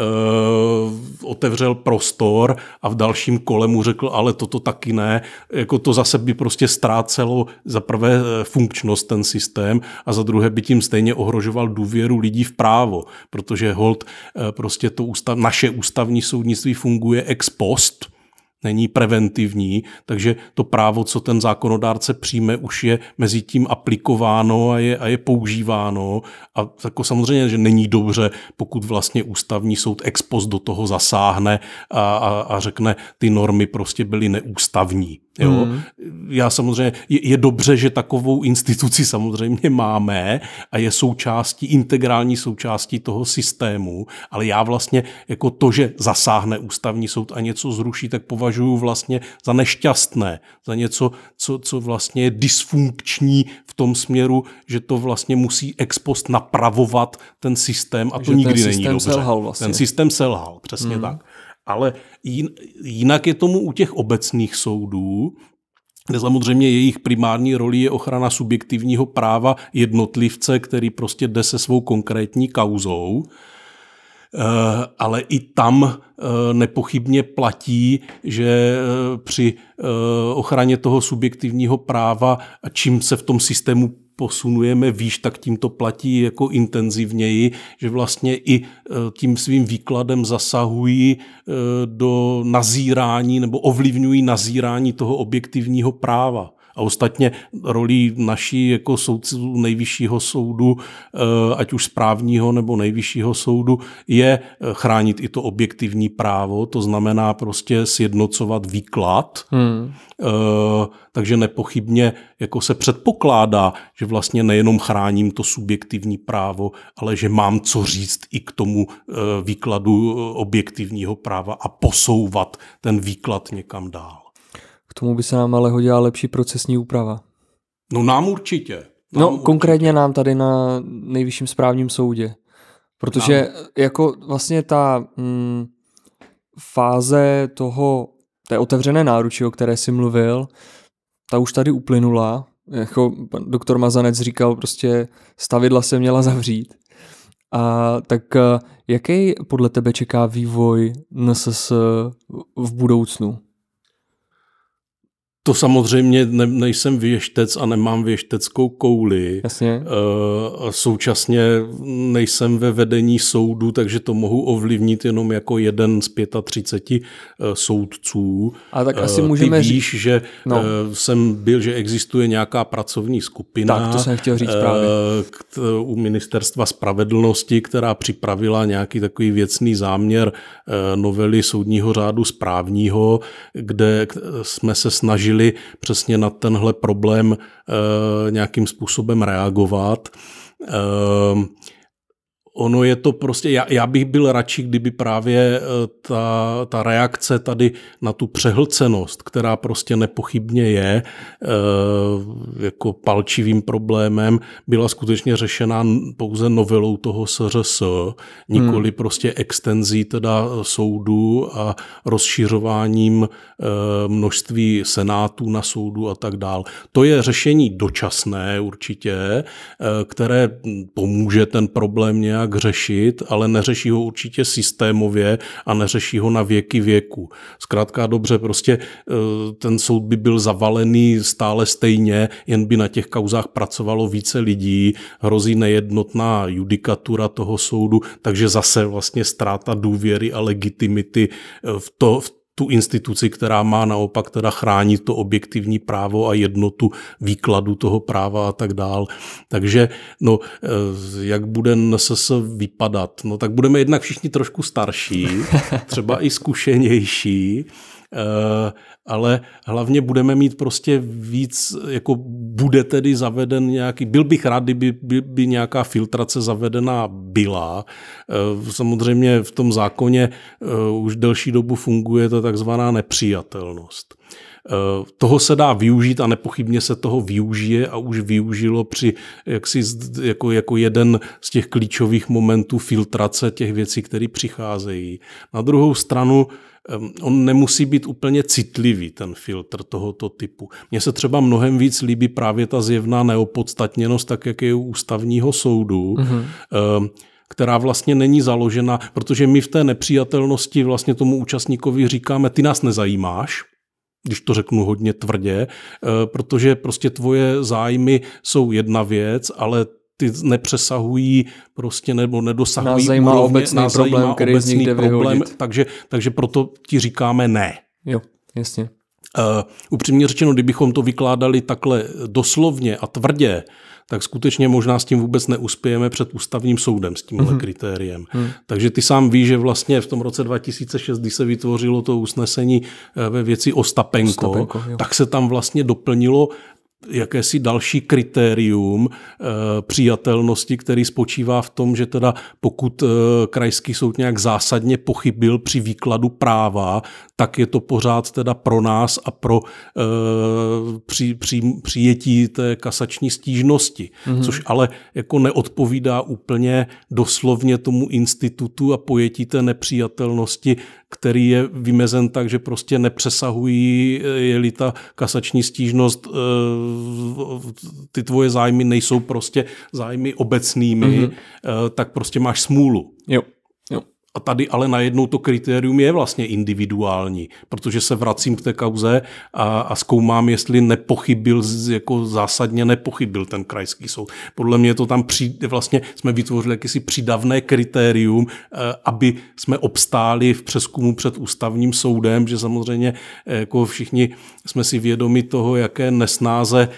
otevřel prostor a v dalším kole mu řekl, ale toto taky ne. Jako to zase by prostě ztrácelo za prvé funkčnost ten systém a za druhé by tím stejně ohrožoval důvěru lidí v právo, protože holt prostě naše ústavní soudnictví funguje ex post, není preventivní, takže to právo, co ten zákonodárce přijme, už je mezi tím aplikováno a je používáno. A jako samozřejmě, že není dobře, pokud vlastně ústavní soud ex post do toho zasáhne a řekne, ty normy prostě byly neústavní. Jo? Já samozřejmě, je dobře, že takovou instituci samozřejmě máme a je integrální součástí toho systému, ale já vlastně jako to, že zasáhne ústavní soud a něco zruší, tak považuji vlastně za nešťastné, za něco, co vlastně je dysfunkční v tom směru, že to vlastně musí ex post napravovat ten systém a to nikdy není dobře. Ten systém selhal, přesně tak. Ale jinak je tomu u těch obecných soudů, kde samozřejmě jejich primární roli je ochrana subjektivního práva jednotlivce, který prostě jde se svou konkrétní kauzou. Ale i tam nepochybně platí, že při ochraně toho subjektivního práva, a čím se v tom systému posunujeme výš, tak tím to platí jako intenzivněji, že vlastně i tím svým výkladem zasahují do nazírání nebo ovlivňují nazírání toho objektivního práva. A ostatně rolí naší jako soudců nejvyššího soudu, ať už správního nebo nejvyššího soudu, je chránit i to objektivní právo, to znamená prostě sjednocovat výklad. Takže nepochybně jako se předpokládá, že vlastně nejenom chráním to subjektivní právo, ale že mám co říct i k tomu výkladu objektivního práva a posouvat ten výklad někam dál. K tomu by se nám ale hodila lepší procesní úprava. No nám určitě. Konkrétně nám tady na Nejvyšším správním soudě. Protože jako vlastně ta fáze té otevřené náruče, o které jsi mluvil, ta už tady uplynula. Jako pan doktor Mazanec říkal, prostě stavidla se měla zavřít. A tak jaký podle tebe čeká vývoj NSS v budoucnu? To samozřejmě nejsem věštec a nemám věšteckou kouli. Jasně. Současně nejsem ve vedení soudu, takže to mohu ovlivnit jenom jako jeden z 35 soudců. A tak asi můžeme Ty víš, že že existuje nějaká pracovní skupina. Tak, to jsem chtěl říct právě. U Ministerstva spravedlnosti, která připravila nějaký takový věcný záměr novely soudního řádu správního, kde jsme se snažili přesně na tenhle problém nějakým způsobem reagovat. Ono je to prostě, já bych byl radši, kdyby právě ta reakce tady na tu přehlcenost, která prostě nepochybně je jako palčivým problémem, byla skutečně řešena pouze novelou toho SŘS, nikoli prostě extenzí teda soudů a rozšiřováním množství senátů na soudu a tak dál. To je řešení dočasné určitě, které pomůže ten problém nějak řešit, ale neřeší ho určitě systémově a neřeší ho na věky věku. Zkrátka dobře, prostě ten soud by byl zavalený stále stejně, jen by na těch kauzách pracovalo více lidí, hrozí nejednotná judikatura toho soudu, takže zase vlastně ztráta důvěry a legitimity v tu instituci, která má naopak teda chránit to objektivní právo a jednotu výkladu toho práva a tak dál. Takže jak bude NSS vypadat? No tak budeme jednak všichni trošku starší, třeba i zkušenější, ale hlavně budeme mít prostě víc, jako bude tedy zaveden nějaký, byl bych rád, kdyby nějaká filtrace zavedená byla. Samozřejmě v tom zákoně už delší dobu funguje ta takzvaná nepřijatelnost. Toho se dá využít a nepochybně se toho využije a už využilo jako jeden z těch klíčových momentů filtrace těch věcí, které přicházejí. Na druhou stranu on nemusí být úplně citlivý, ten filtr tohoto typu. Mně se třeba mnohem víc líbí právě ta zjevná neopodstatněnost, tak jak je u ústavního soudu, která vlastně není založena, protože my v té nepřijatelnosti vlastně tomu účastníkovi říkáme, ty nás nezajímáš, když to řeknu hodně tvrdě, protože prostě tvoje zájmy jsou jedna věc, ale ty nepřesahují prostě nebo nedosahují nás zajímá obecný problém, který z nich jde vyhodit. Takže proto ti říkáme ne. Jo, jasně. Upřímně řečeno, kdybychom to vykládali takhle doslovně a tvrdě, tak skutečně možná s tím vůbec neuspějeme před ústavním soudem s tímhle kritériem. Takže ty sám víš, že vlastně v tom roce 2006, kdy se vytvořilo to usnesení ve věci Ostapenko, tak se tam vlastně doplnilo jakési další kritérium přijatelnosti, který spočívá v tom, že teda pokud krajský soud nějak zásadně pochybil při výkladu práva, tak je to pořád teda pro nás a pro přijetí té kasační stížnosti, což ale jako neodpovídá úplně doslovně tomu institutu a pojetí té nepřijatelnosti, který je vymezen tak, že prostě nepřesahují, je-li ta kasační stížnost, ty tvoje zájmy nejsou prostě zájmy obecnými, tak prostě máš smůlu. Jo. A tady ale najednou to kritérium je vlastně individuální, protože se vracím k té kauze a zkoumám, jestli nepochybil, jako zásadně nepochybil ten krajský soud. Podle mě to tam vlastně jsme vytvořili jakýsi přídavné kritérium, aby jsme obstáli v přezkumu před ústavním soudem, že samozřejmě jako všichni jsme si vědomi toho, jaké nesnáze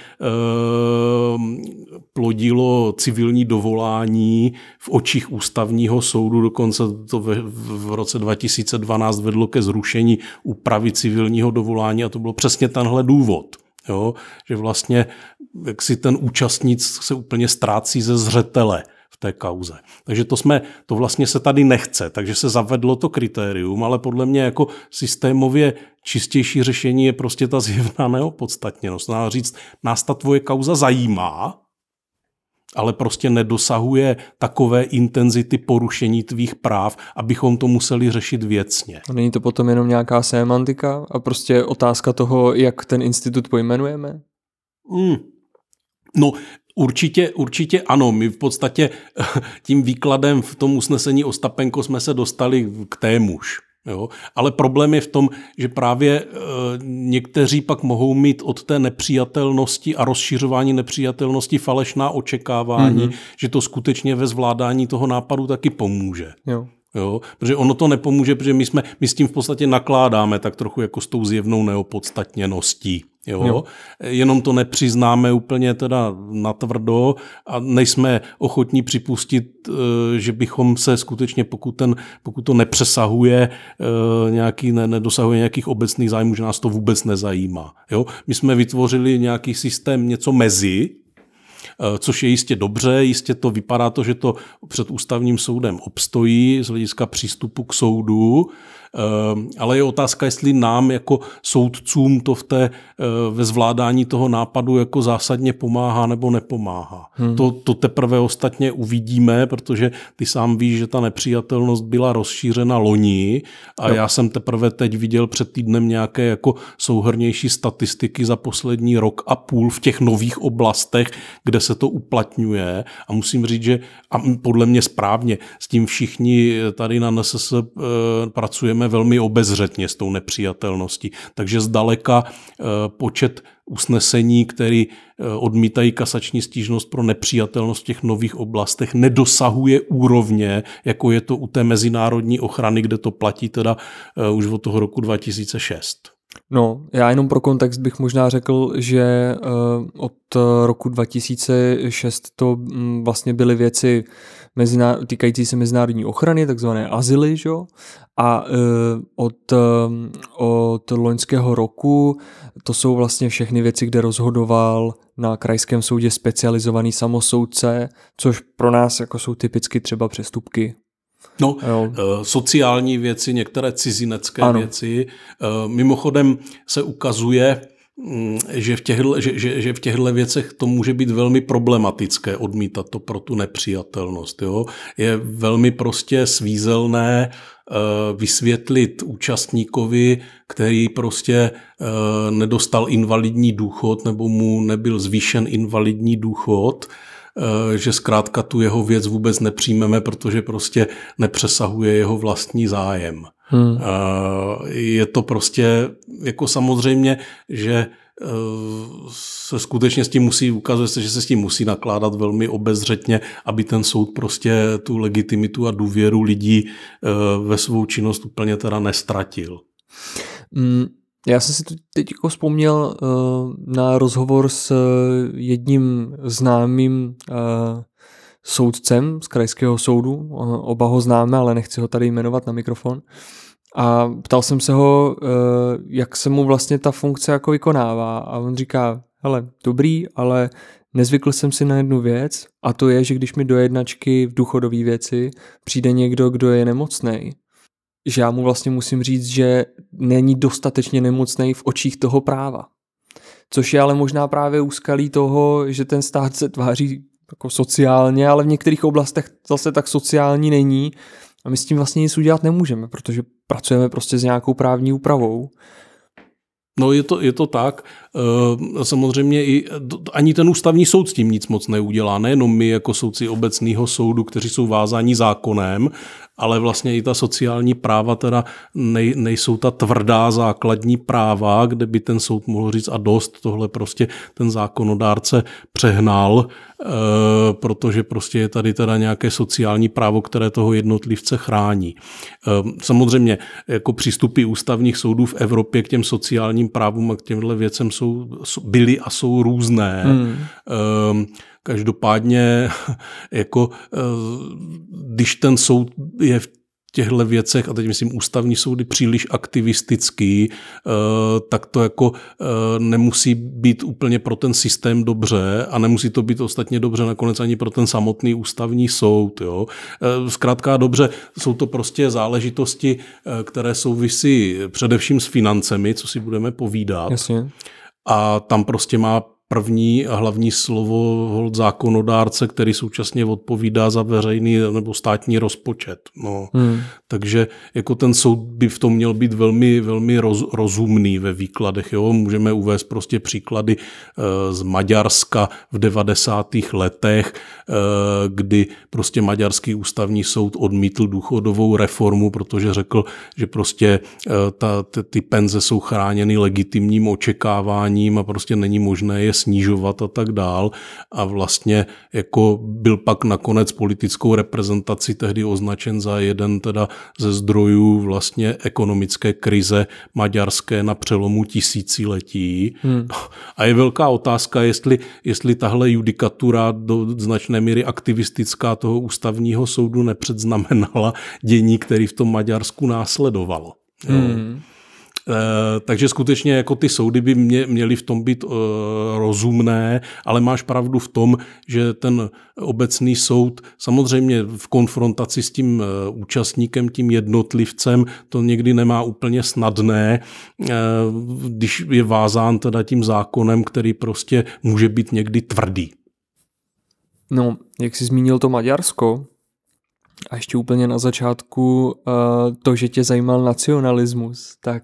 plodilo civilní dovolání v očích ústavního soudu, dokonce to v roce 2012 vedlo ke zrušení úpravy civilního dovolání a to bylo přesně tenhle důvod, jo? Že vlastně jak si ten účastník se úplně ztrácí ze zřetele v té kauze. Takže to vlastně se tady nechce, takže se zavedlo to kritérium, ale podle mě jako systémově čistější řešení je prostě ta zjevná neopodstatněnost. Dá říct, nás ta tvoje kauza zajímá, ale prostě nedosahuje takové intenzity porušení tvých práv, abychom to museli řešit věcně. A není to potom jenom nějaká sémantika a prostě otázka toho, jak ten institut pojmenujeme? No, určitě ano. My v podstatě tím výkladem v tom usnesení Ostapenko jsme se dostali k témuž. Jo? Ale problém je v tom, že právě někteří pak mohou mít od té nepřijatelnosti a rozšiřování nepřijatelnosti falešná očekávání, že to skutečně ve zvládání toho nápadu taky pomůže. Jo? Protože ono to nepomůže, protože my s tím v podstatě nakládáme tak trochu jako s tou zjevnou neopodstatněností. Jo? Jenom to nepřiznáme úplně teda natvrdo a nejsme ochotní připustit, že bychom se skutečně, pokud to nepřesahuje nedosahuje nějakých obecných zájmů, že nás to vůbec nezajímá. Jo? My jsme vytvořili nějaký systém něco mezi, což je jistě dobře, jistě to vypadá to, že to před ústavním soudem obstojí z hlediska přístupu k soudu, ale je otázka, jestli nám jako soudcům to ve zvládání toho nápadu jako zásadně pomáhá nebo nepomáhá. To teprve ostatně uvidíme, protože ty sám víš, že ta nepřijatelnost byla rozšířena loni a já jsem teprve teď viděl před týdnem nějaké jako souhrnnější statistiky za poslední rok a půl v těch nových oblastech, kde se to uplatňuje a musím říct, že a podle mě správně s tím všichni tady na NSS pracujeme velmi obezřetně s tou nepřijatelností. Takže zdaleka počet usnesení, které odmítají kasační stížnost pro nepřijatelnost v těch nových oblastech, nedosahuje úrovně, jako je to u té mezinárodní ochrany, kde to platí teda už od toho roku 2006. No, já jenom pro kontext bych možná řekl, že od roku 2006 to vlastně byly věci týkající se mezinárodní ochrany, takzvané azyly, že? A od loňského roku to jsou vlastně všechny věci, kde rozhodoval na krajském soudě specializovaný samosoudce, což pro nás jako jsou typicky třeba přestupky. No, sociální věci, některé cizinecké věci. Mimochodem se ukazuje, že v těchto věcech to může být velmi problematické odmítat to pro tu nepřijatelnost. Jo? Je velmi prostě svízelné vysvětlit účastníkovi, který prostě nedostal invalidní důchod nebo mu nebyl zvýšen invalidní důchod, že zkrátka tu jeho věc vůbec nepřijmeme, protože prostě nepřesahuje jeho vlastní zájem. Je to prostě jako samozřejmě, že se skutečně s tím ukazuje se, že se s tím musí nakládat velmi obezřetně, aby ten soud prostě tu legitimitu a důvěru lidí ve svou činnost úplně teda nestratil. Já jsem si teď vzpomněl na rozhovor s jedním známým soudcem z krajského soudu. Oba ho známe, ale nechci ho tady jmenovat na mikrofon. A ptal jsem se ho, jak se mu vlastně ta funkce jako vykonává. A on říká, hele, dobrý, ale nezvykl jsem si na jednu věc a to je, že když mi do jednačky v důchodové věci přijde někdo, kdo je nemocnej, že já mu vlastně musím říct, že není dostatečně nemocnej v očích toho práva. Což je ale možná právě úskalí toho, že ten stát se tváří jako sociálně, ale v některých oblastech zase tak sociální není a my s tím vlastně nic udělat nemůžeme, protože pracujeme prostě s nějakou právní úpravou. No je to tak. Samozřejmě ani ten ústavní soud s tím nic moc neudělá. Nejenom my jako soudci obecného soudu, kteří jsou vázáni zákonem, ale vlastně i ta sociální práva teda nejsou ta tvrdá základní práva, kde by ten soud mohl říct a dost, tohle prostě ten zákonodárce přehnal, protože prostě je tady teda nějaké sociální právo, které toho jednotlivce chrání. Samozřejmě jako přístupy ústavních soudů v Evropě k těm sociálním právům a k těmhle věcem byly a jsou různé. Každopádně jako když ten soud je v těchto věcech, a teď myslím ústavní soudy, příliš aktivistický, tak to jako nemusí být úplně pro ten systém dobře a nemusí to být ostatně dobře nakonec ani pro ten samotný ústavní soud. Jo. Zkrátka dobře, jsou to prostě záležitosti, které souvisí především s financemi, co si budeme povídat. Jasně. A tam prostě má první a hlavní slovo holt zákonodárce, který současně odpovídá za veřejný nebo státní rozpočet. No. Takže jako ten soud by v tom měl být velmi, velmi rozumný ve výkladech. Jo? Můžeme uvést prostě příklady z Maďarska v 90. letech, kdy prostě maďarský ústavní soud odmítl důchodovou reformu, protože řekl, že prostě ty penze jsou chráněny legitimním očekáváním a prostě není možné je snižovat a tak dál. A vlastně jako byl pak nakonec politickou reprezentací tehdy označen za jeden teda ze zdrojů vlastně ekonomické krize maďarské na přelomu tisíciletí. A je velká otázka, jestli tahle judikatura do značné míry aktivistická toho ústavního soudu nepředznamenala dění, který v tom Maďarsku následovalo. Takže skutečně jako ty soudy by měly v tom být rozumné, ale máš pravdu v tom, že ten obecný soud samozřejmě v konfrontaci s tím účastníkem, tím jednotlivcem, to někdy nemá úplně snadné, když je vázán teda tím zákonem, který prostě může být někdy tvrdý. No, jak jsi zmínil to Maďarsko, a ještě úplně na začátku to, že tě zajímal nacionalismus, tak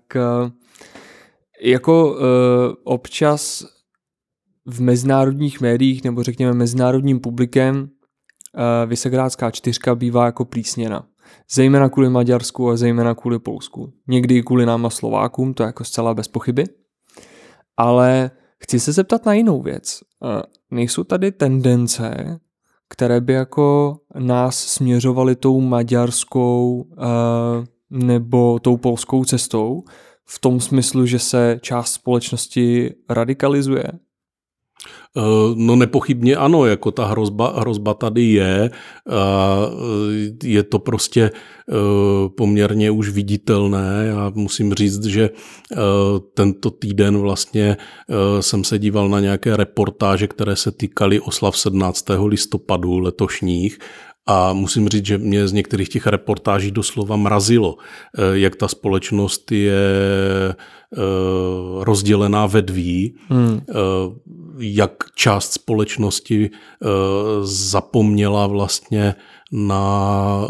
jako občas v mezinárodních médiích nebo řekněme mezinárodním publikem Visegrádská čtyřka bývá jako plísněna. Zejména kvůli Maďarsku a zejména kvůli Polsku. Někdy i kvůli nám a Slovákům, to je jako zcela bez pochyby. Ale chci se zeptat na jinou věc. Nejsou tady tendence, které by jako nás směřovaly tou maďarskou nebo tou polskou cestou v tom smyslu, že se část společnosti radikalizuje? No nepochybně ano, jako ta hrozba tady je. Je to prostě poměrně už viditelné. Já musím říct, že tento týden vlastně jsem se díval na nějaké reportáže, které se týkaly oslav 17. listopadu letošních. A musím říct, že mě z některých těch reportáží doslova mrazilo, jak ta společnost je rozdělená ve dví, jak část společnosti zapomněla vlastně na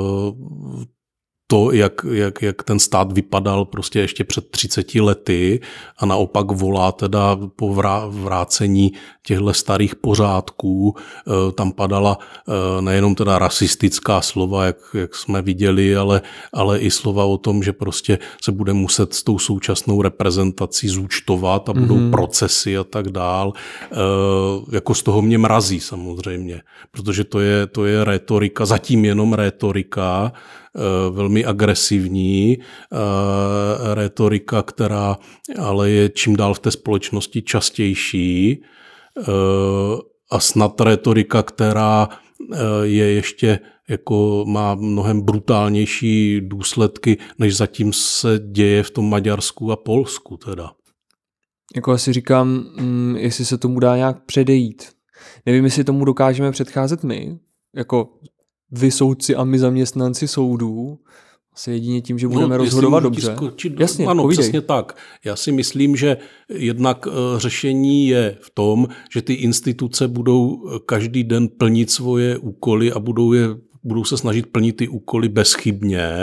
to, jak ten stát vypadal prostě ještě před 30 lety a naopak volá teda po vrácení těchto starých pořádků. Tam padala nejenom teda rasistická slova, jak jsme viděli, ale i slova o tom, že prostě se bude muset s tou současnou reprezentací zúčtovat a budou procesy a tak dál. Jako z toho mě mrazí samozřejmě, protože to je rétorika, zatím jenom rétorika, velmi agresivní rétorika, která ale je čím dál v té společnosti častější a snad rétorika, která je ještě jako má mnohem brutálnější důsledky, než zatím se děje v tom Maďarsku a Polsku teda. Jako asi říkám, jestli se tomu dá nějak předejít. Nevím, jestli tomu dokážeme předcházet my, jako vy soudci a my zaměstnanci soudů, asi jedině tím, že budeme rozhodovat dobře. Jasně, ano, povídej. Přesně tak. Já si myslím, že jednak řešení je v tom, že ty instituce budou každý den plnit svoje úkoly a budou se snažit plnit ty úkoly bezchybně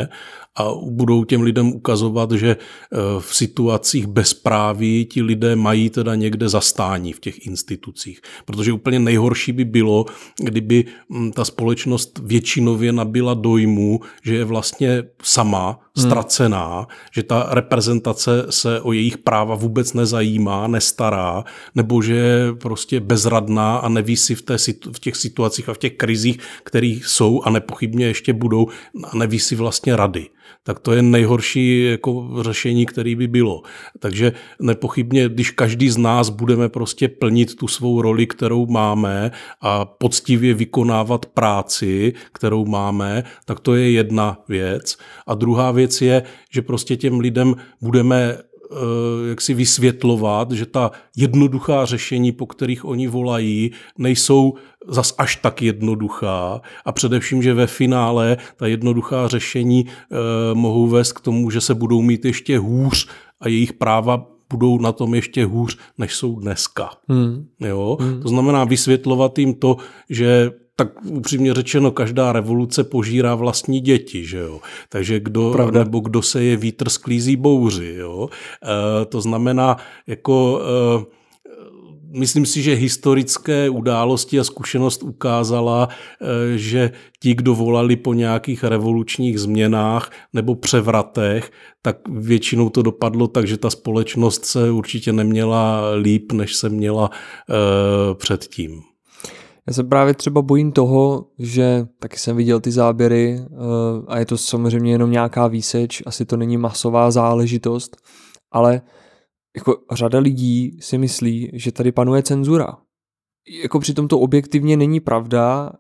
a budou těm lidem ukazovat, že v situacích bezpráví ti lidé mají teda někde zastání v těch institucích. Protože úplně nejhorší by bylo, kdyby ta společnost většinově nabyla dojmu, že je vlastně sama ztracená, že ta reprezentace se o jejich práva vůbec nezajímá, nestará, nebo že je prostě bezradná a neví si v těch situacích a v těch krizích, které jsou a nepochybně ještě budou, a neví si vlastně rady. Tak to je nejhorší jako řešení, který by bylo. Takže nepochybně, když každý z nás budeme prostě plnit tu svou roli, kterou máme a poctivě vykonávat práci, kterou máme, tak to je jedna věc. A druhá věc je, že prostě těm lidem budeme jak si vysvětlovat, že ta jednoduchá řešení, po kterých oni volají, nejsou zas až tak jednoduchá a především, že ve finále ta jednoduchá řešení mohou vést k tomu, že se budou mít ještě hůř a jejich práva budou na tom ještě hůř, než jsou dneska. Jo? To znamená vysvětlovat jim to, že tak upřímně řečeno, každá revoluce požírá vlastní děti, že jo. Takže kdo seje vítr, sklízí bouři, jo. To znamená, jako myslím si, že historické události a zkušenost ukázala, že ti, kdo volali po nějakých revolučních změnách nebo převratech, tak většinou to dopadlo tak, že ta společnost se určitě neměla líp, než se měla předtím. Já se právě třeba bojím toho, že taky jsem viděl ty záběry a je to samozřejmě jenom nějaká výseč, asi to není masová záležitost, ale jako řada lidí si myslí, že tady panuje cenzura. Jako přitom to objektivně není pravda.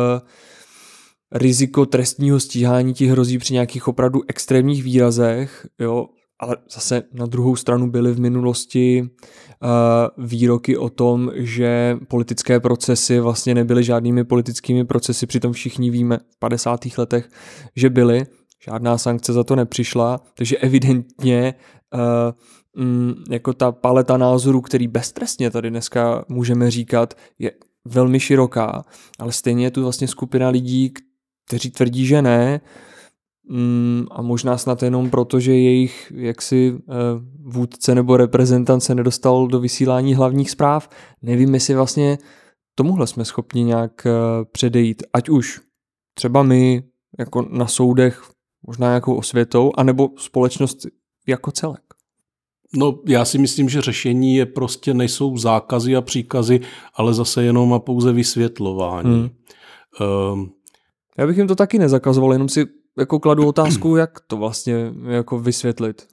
Riziko trestního stíhání ti hrozí při nějakých opravdu extrémních výrazech, jo, ale zase na druhou stranu byly v minulosti výroky o tom, že politické procesy vlastně nebyly žádnými politickými procesy, přitom všichni víme v 50. letech, že byly, žádná sankce za to nepřišla, takže evidentně jako ta paleta názorů, který beztrestně tady dneska můžeme říkat, je velmi široká, ale stejně je tu vlastně skupina lidí, kteří tvrdí, že ne, a možná snad jenom proto, že jejich jaksi vůdce nebo reprezentant se nedostal do vysílání hlavních zpráv. Nevím, jestli vlastně tomuhle jsme schopni nějak předejít, ať už třeba my jako na soudech, možná nějakou osvětou, anebo společnost jako celek. No, já si myslím, že řešení je prostě nejsou zákazy a příkazy, ale zase jenom a pouze vysvětlování. Já bych jim to taky nezakazoval, jenom si jako kladu otázku, jak to vlastně jako vysvětlit.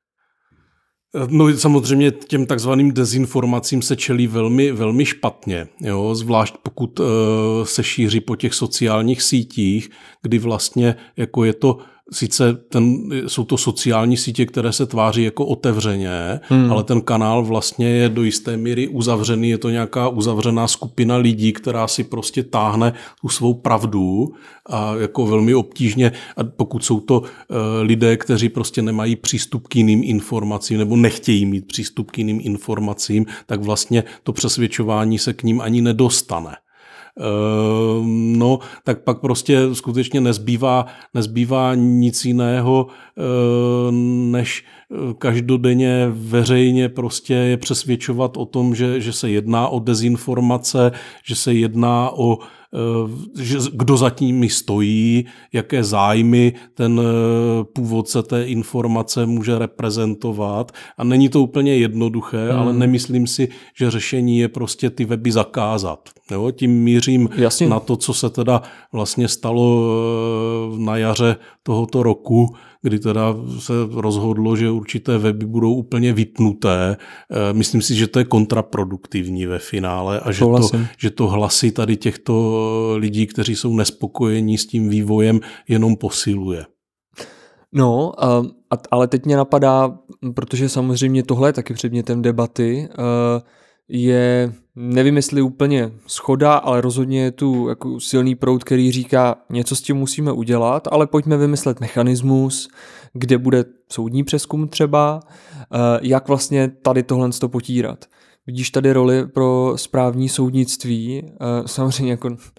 No samozřejmě těm takzvaným dezinformacím se čelí velmi, velmi špatně, jo? Zvlášť pokud se šíří po těch sociálních sítích, kdy vlastně jako je to sice jsou to sociální sítě, které se tváří jako otevřeně, ale ten kanál vlastně je do jisté míry uzavřený, je to nějaká uzavřená skupina lidí, která si prostě táhne tu svou pravdu a jako velmi obtížně, a pokud jsou to lidé, kteří prostě nemají přístup k jiným informacím nebo nechtějí mít přístup k jiným informacím, tak vlastně to přesvědčování se k ním ani nedostane. No, tak pak prostě skutečně nezbývá nic jiného, než každodenně veřejně prostě je přesvědčovat o tom, že se jedná o dezinformace, že se jedná o kdo za tím stojí, jaké zájmy ten původce té informace může reprezentovat. A není to úplně jednoduché, ale nemyslím si, že řešení je prostě ty weby zakázat. Jo? Tím mířím na to, co se teda vlastně stalo na jaře tohoto roku, kdy teda se rozhodlo, že určité weby budou úplně vypnuté. Myslím si, že to je kontraproduktivní ve finále a že to hlasy tady těchto lidí, kteří jsou nespokojení s tím vývojem, jenom posiluje. No, ale teď mě napadá, protože samozřejmě tohle je taky předmětem debaty, je, nevím jestli úplně shoda, ale rozhodně je tu jako silný proud, který říká, něco s tím musíme udělat, ale pojďme vymyslet mechanismus, kde bude soudní přezkum třeba, jak vlastně tady tohle potírat. Vidíš tady roli pro správní soudnictví, samozřejmě jako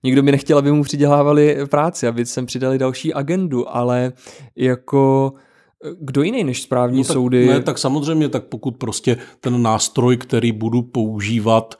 nikdo by nechtěl, aby mu přidělávali práci, aby sem přidali další agendu, ale jako kdo jiný než správní soudy? Ne, tak samozřejmě, tak pokud prostě ten nástroj, který budu používat,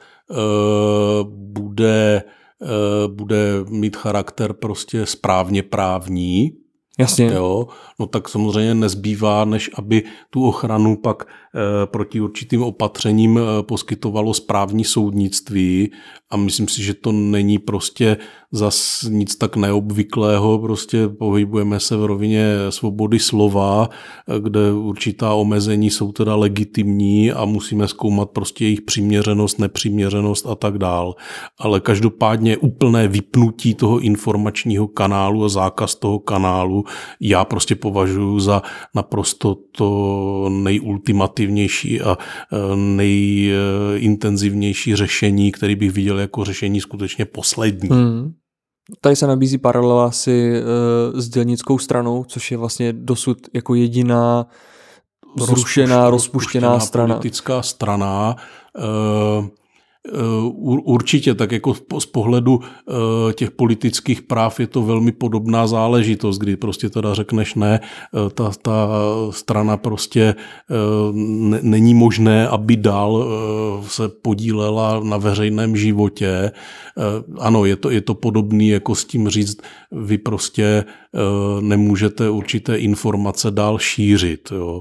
bude mít charakter prostě správně právní, jasně. Jo, no tak samozřejmě nezbývá, než aby tu ochranu pak proti určitým opatřením poskytovalo správní soudnictví a myslím si, že to není prostě zas nic tak neobvyklého, prostě pohybujeme se v rovině svobody slova, kde určitá omezení jsou teda legitimní a musíme zkoumat prostě jejich přiměřenost, nepřiměřenost a tak dál. Ale každopádně úplné vypnutí toho informačního kanálu a zákaz toho kanálu já prostě považuji za naprosto to nejultimativnější a nejintenzivnější řešení, který bych viděl jako řešení skutečně poslední. Tady se nabízí paralela si s dělnickou stranou, což je vlastně dosud jako jediná zrušená, rozpuštěná strana. Politická strana. Určitě, tak jako z pohledu těch politických práv je to velmi podobná záležitost, kdy prostě teda řekneš ne, ta strana prostě není možné, aby dál se podílela na veřejném životě. Ano, je to podobný, jako s tím říct, vy prostě nemůžete určité informace dál šířit. Jo.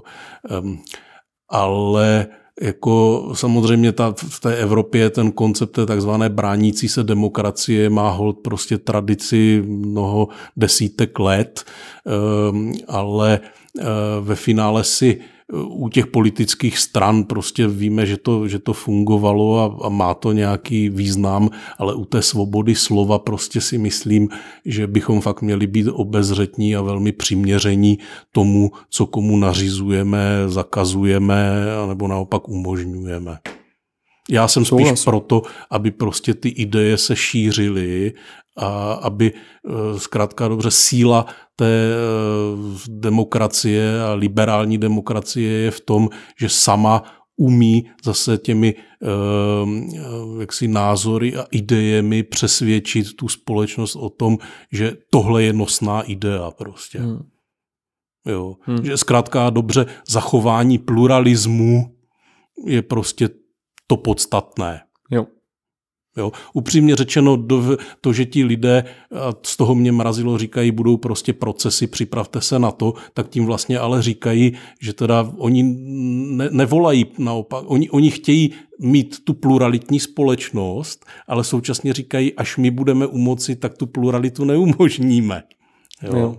Ale jako samozřejmě v té Evropě ten koncept té takzvané bránící se demokracie má holt prostě tradici mnoho desítek let, ale ve finále si u těch politických stran prostě víme, že to fungovalo a má to nějaký význam, ale u té svobody slova prostě si myslím, že bychom fakt měli být obezřetní a velmi přiměření tomu, co komu nařizujeme, zakazujeme nebo naopak umožňujeme. Já jsem spíš proto, aby prostě ty ideje se šířily a aby zkrátka dobře síla té demokracie a liberální demokracie je v tom, že sama umí zase těmi jaksi názory a idejemi přesvědčit tu společnost o tom, že tohle je nosná idea prostě. Jo. Že zkrátka dobře zachování pluralismu je prostě to podstatné. Jo. Upřímně řečeno, to, že ti lidé, a z toho mě mrazilo, říkají, budou prostě procesy, připravte se na to, tak tím vlastně ale říkají, že teda oni nevolají naopak, oni chtějí mít tu pluralitní společnost, ale současně říkají, až my budeme u moci, tak tu pluralitu neumožníme. Jo.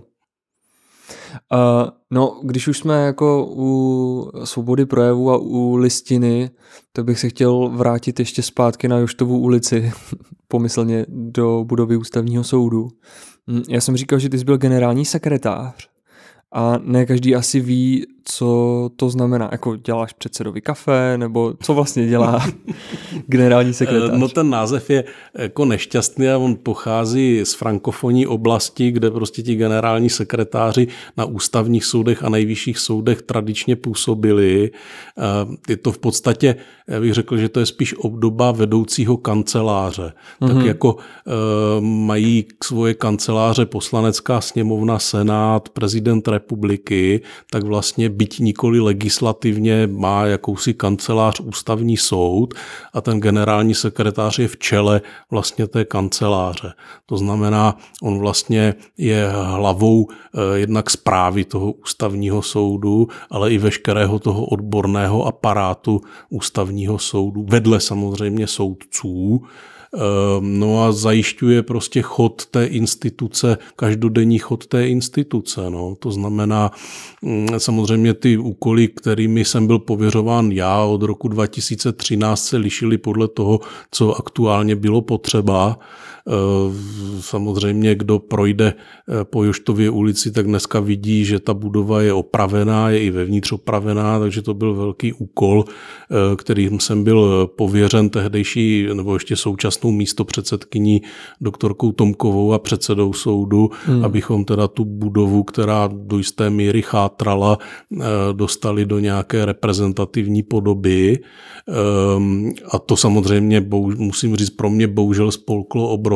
No, když už jsme jako u svobody projevu a u listiny, tak bych se chtěl vrátit ještě zpátky na Joštovu ulici, pomyslně do budovy Ústavního soudu. Já jsem říkal, že ty jsi byl generální sekretář a ne každý asi ví, co to znamená. Jako děláš předsedovi kafe, nebo co vlastně dělá generální sekretář? No ten název je jako nešťastný a on pochází z frankofonní oblasti, kde prostě ti generální sekretáři na ústavních soudech a nejvyšších soudech tradičně působili. Je to v podstatě, já bych řekl, že to je spíš obdoba vedoucího kanceláře. Tak jako mají svoje kanceláře Poslanecká sněmovna, Senát, prezident republiky, tak vlastně byť nikoli legislativně má jakousi kancelář ústavní soud a ten generální sekretář je v čele vlastně té kanceláře. To znamená, on vlastně je hlavou jednak správy toho ústavního soudu, ale i veškerého toho odborného aparátu ústavního soudu, vedle samozřejmě soudců. No a zajišťuje prostě chod té instituce, každodenní chod té instituce. No. To znamená samozřejmě ty úkoly, kterými jsem byl pověřován já od roku 2013 se lišily podle toho, co aktuálně bylo potřeba. Samozřejmě, kdo projde po Joštově ulici, tak dneska vidí, že ta budova je opravená, je i vevnitř opravená, takže to byl velký úkol, kterým jsem byl pověřen tehdejší nebo ještě současnou místopředsedkyní doktorkou Tomkovou a předsedou soudu, abychom teda tu budovu, která do jisté míry chátrala, dostali do nějaké reprezentativní podoby. A to samozřejmě, musím říct, pro mě bohužel spolklo obrovské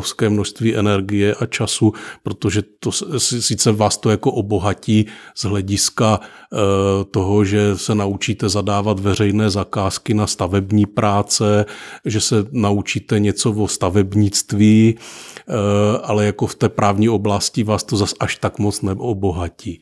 obrovské množství energie a času, protože to sice vás to jako obohatí z hlediska toho, že se naučíte zadávat veřejné zakázky na stavební práce, že se naučíte něco o stavebnictví, ale jako v té právní oblasti vás to zas až tak moc neobohatí.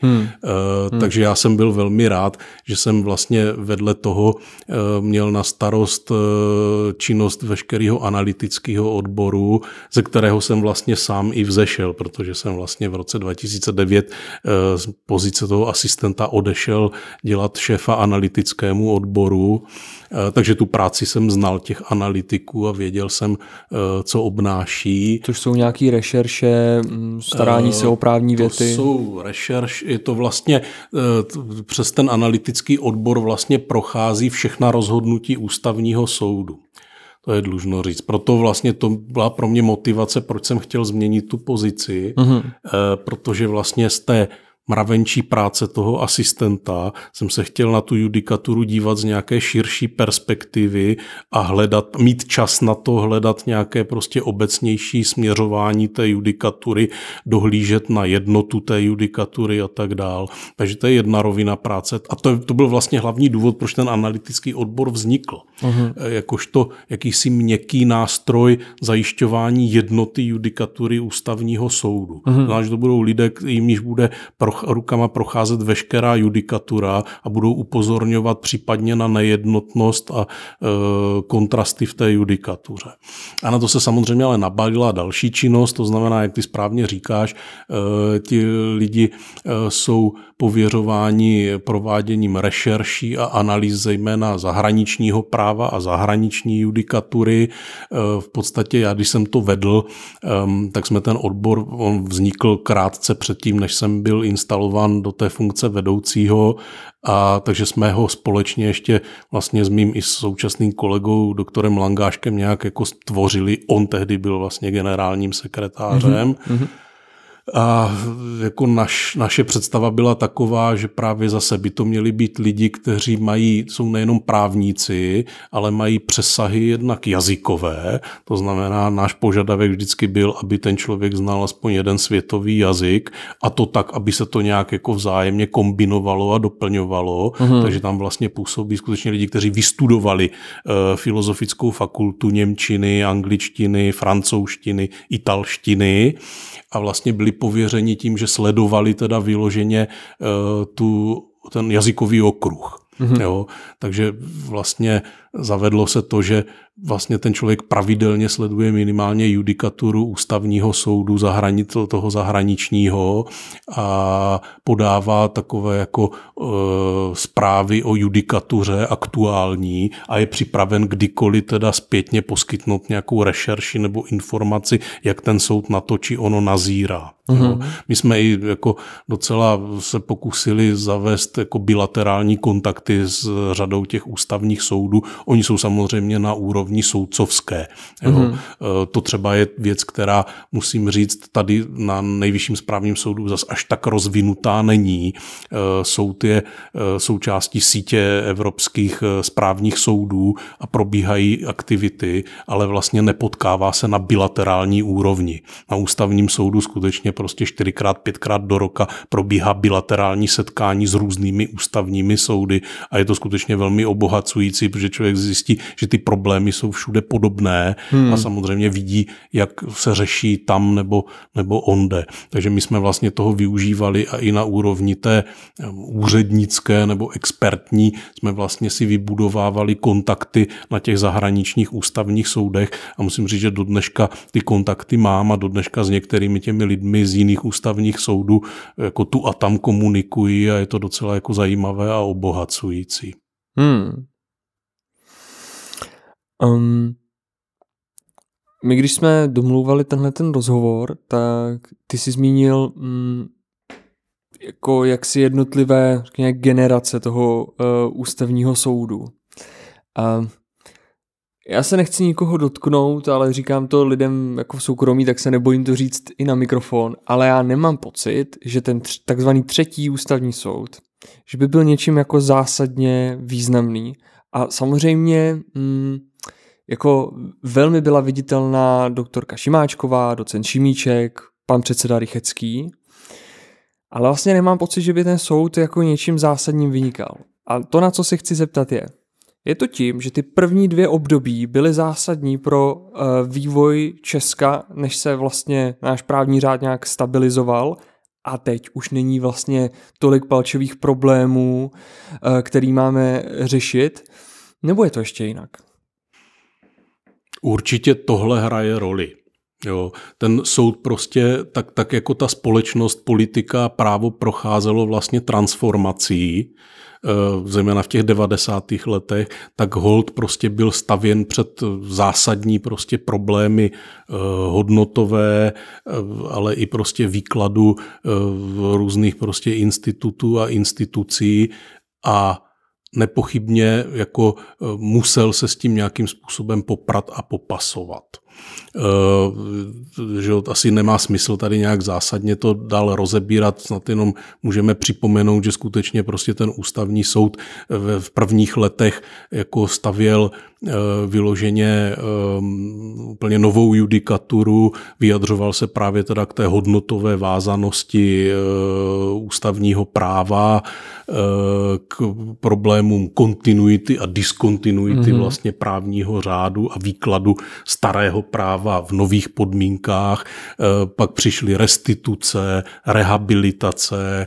Takže já jsem byl velmi rád, že jsem vlastně vedle toho měl na starost činnost veškerého analytického odboru, ze kterého jsem vlastně sám i vzešel, protože jsem vlastně v roce 2009 z pozice toho asistenta odešel dělat šéfa analytickému odboru, takže tu práci jsem znal těch analytiků a věděl jsem, co obnáší. Což jsou nějaké rešerše, starání se o právní věty? To jsou rešerš, je to vlastně přes ten analytický odbor vlastně prochází všechna rozhodnutí ústavního soudu. To je dlužno říct. Proto vlastně to byla pro mě motivace, proč jsem chtěl změnit tu pozici, protože vlastně z té mravenčí práce toho asistenta jsem se chtěl na tu judikaturu dívat z nějaké širší perspektivy a mít čas na to hledat nějaké prostě obecnější směřování té judikatury, dohlížet na jednotu té judikatury a tak dál. Takže to je jedna rovina práce. A to byl vlastně hlavní důvod, proč ten analytický odbor vznikl. Jakožto jakýsi měkký nástroj zajišťování jednoty judikatury ústavního soudu. Znamená, že to budou lidé, jimž bude rukama procházet veškerá judikatura a budou upozorňovat případně na nejednotnost a kontrasty v té judikatuře. A na to se samozřejmě ale nabalila další činnost, to znamená, jak ty správně říkáš, ti lidi jsou pověřováni prováděním rešerší a analýz zejména zahraničního práva a zahraniční judikatury. V podstatě já, když jsem to vedl, tak jsme ten odbor, on vznikl krátce předtím, než jsem byl instalován do té funkce vedoucího, a takže jsme ho společně ještě vlastně s mým i současným kolegou doktorem Langáškem nějak jako stvořili. On tehdy byl vlastně generálním sekretářem. A jako naše představa byla taková, že právě zase by to měli být lidi, kteří jsou nejenom právníci, ale mají přesahy jednak jazykové. To znamená, náš požadavek vždycky byl, aby ten člověk znal aspoň jeden světový jazyk, a to tak, aby se to nějak jako vzájemně kombinovalo a doplňovalo. Takže tam vlastně působí skutečně lidi, kteří vystudovali filozofickou fakultu němčiny, angličtiny, francouzštiny, italštiny a vlastně byli pověřeni tím, že sledovali teda vyloženě ten jazykový okruh. Jo? Takže vlastně zavedlo se to, že vlastně ten člověk pravidelně sleduje minimálně judikaturu ústavního soudu toho zahraničního a podává takové jako zprávy o judikatuře aktuální a je připraven kdykoliv teda zpětně poskytnout nějakou rešerši nebo informaci, jak ten soud na to či ono nazírá. Jo. My jsme i jako docela se pokusili zavést jako bilaterální kontakty s řadou těch ústavních soudů. Oni jsou samozřejmě na úrovni soudcovské. Jo. To třeba je věc, která, musím říct, tady na Nejvyšším správním soudu zas až tak rozvinutá není. Soud je součástí sítě evropských správních soudů a probíhají aktivity, ale vlastně nepotkává se na bilaterální úrovni. Na ústavním soudu skutečně prostě 4x, 5x do roka probíhá bilaterální setkání s různými ústavními soudy a je to skutečně velmi obohacující, protože člověk zjistí, že ty problémy jsou všude podobné a samozřejmě vidí, jak se řeší tam nebo onde. Takže my jsme vlastně toho využívali a i na úrovni té úřednické nebo expertní jsme vlastně si vybudovávali kontakty na těch zahraničních ústavních soudech a musím říct, že do dneška ty kontakty mám a do dneška s některými těmi lidmi z jiných ústavních soudů jako tu a tam komunikují a je to docela jako zajímavé a obohacující. My když jsme domlouvali ten rozhovor, tak ty jsi zmínil jako jaksi jednotlivé generace toho ústavního soudu. Já se nechci nikoho dotknout, ale říkám to lidem jako v soukromí, tak se nebojím to říct i na mikrofon, ale já nemám pocit, že ten takzvaný třetí ústavní soud, že by byl něčím jako zásadně významný. A samozřejmě jako velmi byla viditelná doktorka Šimáčková, docent Šimíček, pan předseda Rychecký, ale vlastně nemám pocit, že by ten soud jako něčím zásadním vynikal. A to, na co se chci zeptat je to tím, že ty první 2 období byly zásadní pro vývoj Česka, než se vlastně náš právní řád nějak stabilizoval a teď už není vlastně tolik palčivých problémů, který máme řešit, nebo je to ještě jinak? Určitě tohle hraje roli. Jo, ten soud prostě, tak jako ta společnost, politika, právo procházelo vlastně transformací, zejména v těch 90. letech, tak holt prostě byl stavěn před zásadní prostě problémy hodnotové, ale i prostě výkladu různých prostě institutů a institucí a nepochybně jako musel se s tím nějakým způsobem poprat a popasovat. Že asi nemá smysl tady nějak zásadně to dál rozebírat, snad jenom můžeme připomenout, že skutečně prostě ten ústavní soud v prvních letech jako stavěl vyloženě úplně novou judikaturu, vyjadřoval se právě teda k té hodnotové vázanosti ústavního práva, k problémům kontinuity a diskontinuity vlastně právního řádu a výkladu starého práva v nových podmínkách, pak přišly restituce, rehabilitace,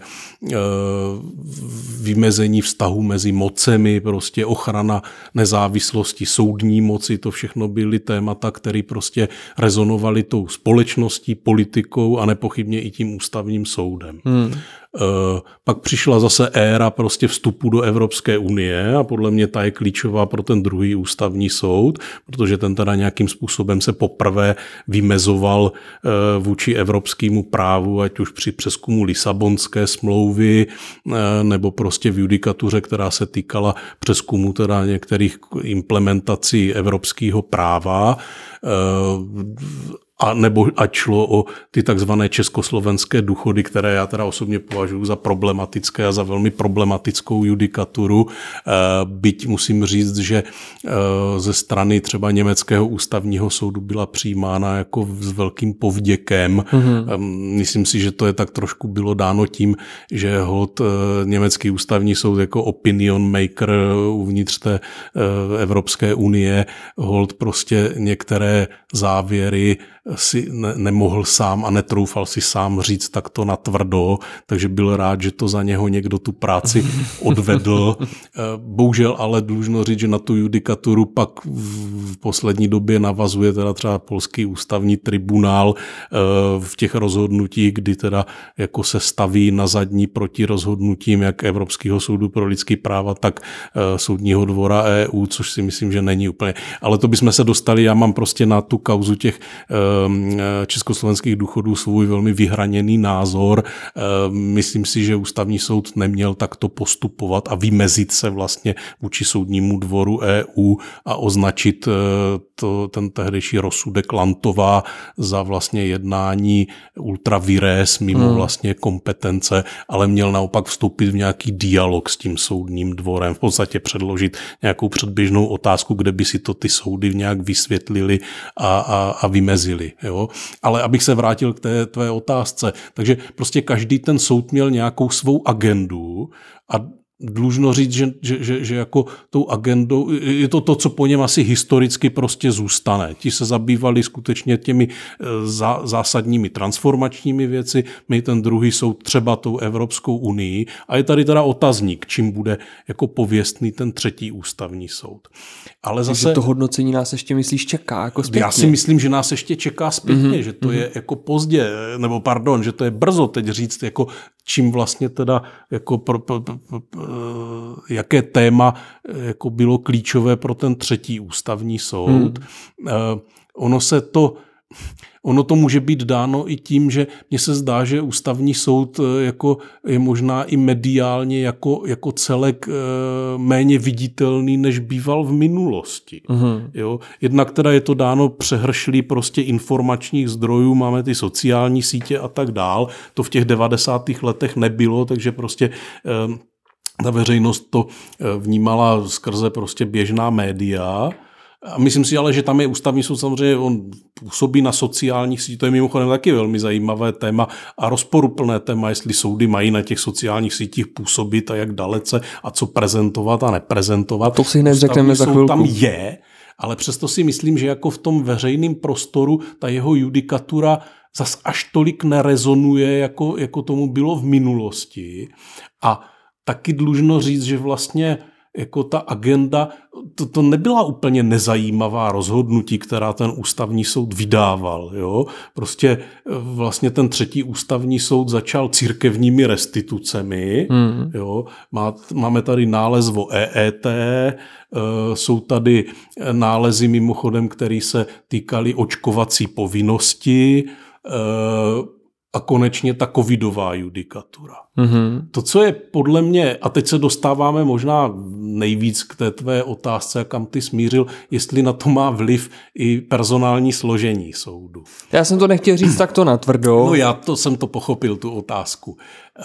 vymezení vztahu mezi mocemi, prostě ochrana nezávislosti soudní moci, to všechno byly témata, které prostě rezonovaly tou společností, politikou a nepochybně i tím ústavním soudem. Pak přišla zase éra prostě vstupu do Evropské unie a podle mě ta je klíčová pro ten druhý ústavní soud, protože ten teda nějakým způsobem se poprvé vymezoval vůči evropskému právu, ať už při přezkumu Lisabonské smlouvy nebo prostě v judikatuře, která se týkala přezkumu teda některých implementací evropského práva, a nebo ať šlo o ty takzvané československé důchody, které já teda osobně považuji za problematické a za velmi problematickou judikaturu. Byť musím říct, že ze strany třeba německého ústavního soudu byla přijímána jako s velkým povděkem. Myslím si, že to je tak trošku bylo dáno tím, že holt německý ústavní soud jako opinion maker uvnitř té Evropské unie holt prostě některé závěry si nemohl sám a netroufal si sám říct takto natvrdo, takže byl rád, že to za něho někdo tu práci odvedl. Bohužel ale dlužno říct, že na tu judikaturu pak v poslední době navazuje teda třeba polský ústavní tribunál v těch rozhodnutích, kdy teda jako se staví na zadní proti rozhodnutím jak Evropského soudu pro lidský práva, tak Soudního dvora EU, což si myslím, že není úplně. Ale to bychom se dostali, já mám prostě na tu kauzu těch československých důchodů svůj velmi vyhraněný názor. Myslím si, že ústavní soud neměl takto postupovat a vymezit se vlastně vůči Soudnímu dvoru EU a označit ten tehdejší rozsudek Lantová za vlastně jednání ultra vires mimo vlastně kompetence, ale měl naopak vstoupit v nějaký dialog s tím Soudním dvorem, v podstatě předložit nějakou předběžnou otázku, kde by si to ty soudy nějak vysvětlili a vymezili. Jo? Ale abych se vrátil k té tvé otázce, takže prostě každý ten soud měl nějakou svou agendu a dlužno říct, že jako tou agendou, je to, co po něm asi historicky prostě zůstane. Ti se zabývali skutečně těmi zásadními transformačními věci, my ten druhý soud třeba tou Evropskou unii a je tady teda otazník, čím bude jako pověstný ten třetí ústavní soud. Ale zase takže to hodnocení nás ještě myslíš čeká jako zpětně? Já si myslím, že nás ještě čeká zpětně, že to je jako pozdě, nebo pardon, že to je brzo teď říct, jako čím vlastně teda jako jaké téma jako bylo klíčové pro ten třetí ústavní soud. Ono to může být dáno i tím, že mně se zdá, že ústavní soud jako je možná i mediálně jako celek méně viditelný, než býval v minulosti. Jo? Jednak teda je to dáno přehršlí prostě informačních zdrojů, máme ty sociální sítě a tak dál. To v těch 90. letech nebylo, takže prostě ta veřejnost to vnímala skrze prostě běžná média. A myslím si ale, že tam je ústavní soud, samozřejmě on působí na sociálních sítích, to je mimochodem taky velmi zajímavé téma a rozporuplné téma, jestli soudy mají na těch sociálních sítích působit a jak dalece a co prezentovat a neprezentovat. To si hned řekneme za chvilku. Tam je, ale přesto si myslím, že jako v tom veřejném prostoru ta jeho judikatura zas až tolik nerezonuje, jako tomu bylo v minulosti. A taky dlužno říct, že vlastně jako ta agenda, to nebyla úplně nezajímavá rozhodnutí, která ten ústavní soud vydával. Jo? Prostě vlastně ten třetí ústavní soud začal církevními restitucemi. Jo? Máme tady nález o EET, jsou tady nálezy mimochodem, které se týkaly očkovací povinnosti, a konečně ta covidová judikatura. To, co je podle mě, a teď se dostáváme možná nejvíc k té tvé otázce, kam ty smířil, jestli na to má vliv i personální složení soudu. Já jsem to nechtěl říct takto natvrdo. No já jsem to pochopil, tu otázku.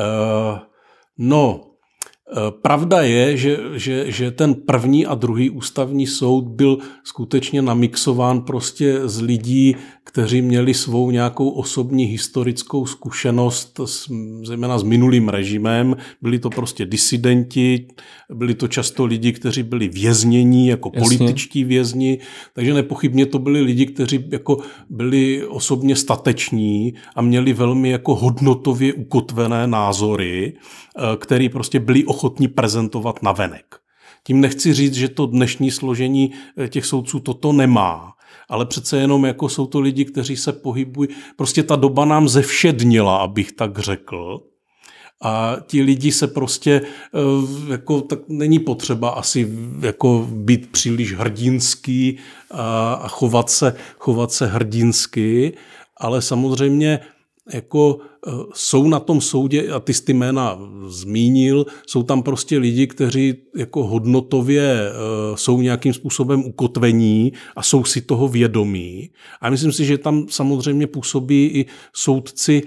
Pravda je, že ten první a druhý ústavní soud byl skutečně namixován prostě z lidí, kteří měli svou nějakou osobní historickou zkušenost, zejména s minulým režimem. Byli to prostě disidenti, byli to často lidi, kteří byli věznění jako političtí vězni, takže nepochybně to byli lidi, kteří jako byli osobně stateční a měli velmi jako hodnotově ukotvené názory, který prostě byli ochotní prezentovat navenek. Tím nechci říct, že to dnešní složení těch soudců toto nemá, ale přece jenom jako jsou to lidi, kteří se pohybují. Prostě ta doba nám zevšednila, abych tak řekl. A ti lidi se prostě, jako, tak není potřeba asi jako být příliš hrdinský a chovat se hrdinsky, ale samozřejmě jako jsou na tom soudě, a ty jsi ty jména zmínil, jsou tam prostě lidi, kteří jako hodnotově jsou nějakým způsobem ukotvení a jsou si toho vědomí. A myslím si, že tam samozřejmě působí i soudci,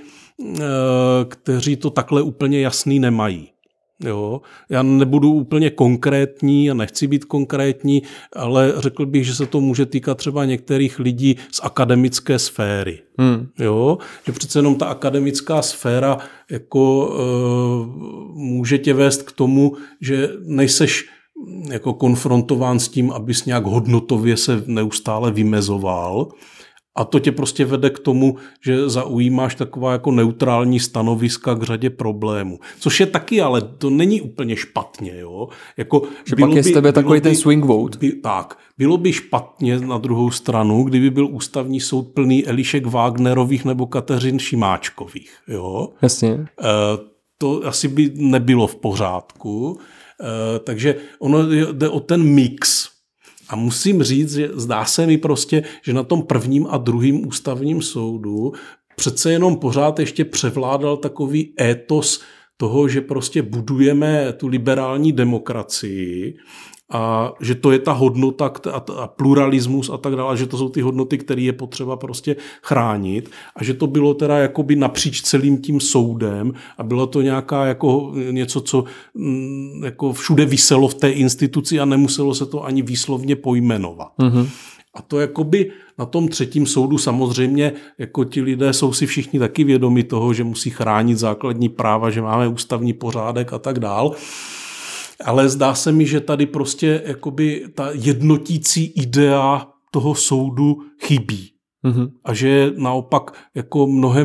kteří to takhle úplně jasný nemají. Jo? Já nebudu úplně konkrétní a nechci být konkrétní, ale řekl bych, že se to může týkat třeba některých lidí z akademické sféry. Jo? Že přece jenom ta akademická sféra jako, může tě vést k tomu, že nejseš jako konfrontován s tím, abys nějak hodnotově se neustále vymezoval. A to tě prostě vede k tomu, že zaujímáš taková jako neutrální stanoviska k řadě problémů. Což je taky, ale to není úplně špatně. Jo? Jako že pak je z tebe takový ten swing vote. Bylo by špatně na druhou stranu, kdyby byl ústavní soud plný Elišek Wagnerových nebo Kateřin Šimáčkových. Jo? Jasně. To asi by nebylo v pořádku. Takže ono jde o ten mix. A musím říct, že zdá se mi prostě, že na tom prvním a druhým ústavním soudu přece jenom pořád ještě převládal takový étos toho, že prostě budujeme tu liberální demokracii a že to je ta hodnota a pluralismus a tak dále, že to jsou ty hodnoty, které je potřeba prostě chránit a že to bylo teda jakoby napříč celým tím soudem a bylo to nějaká jako něco, co jako všude viselo v té instituci a nemuselo se to ani výslovně pojmenovat. A to jakoby na tom třetím soudu samozřejmě jako ti lidé jsou si všichni taky vědomi toho, že musí chránit základní práva, že máme ústavní pořádek a tak dál. Ale zdá se mi, že tady prostě jakoby ta jednotící idea toho soudu chybí. A že je naopak jako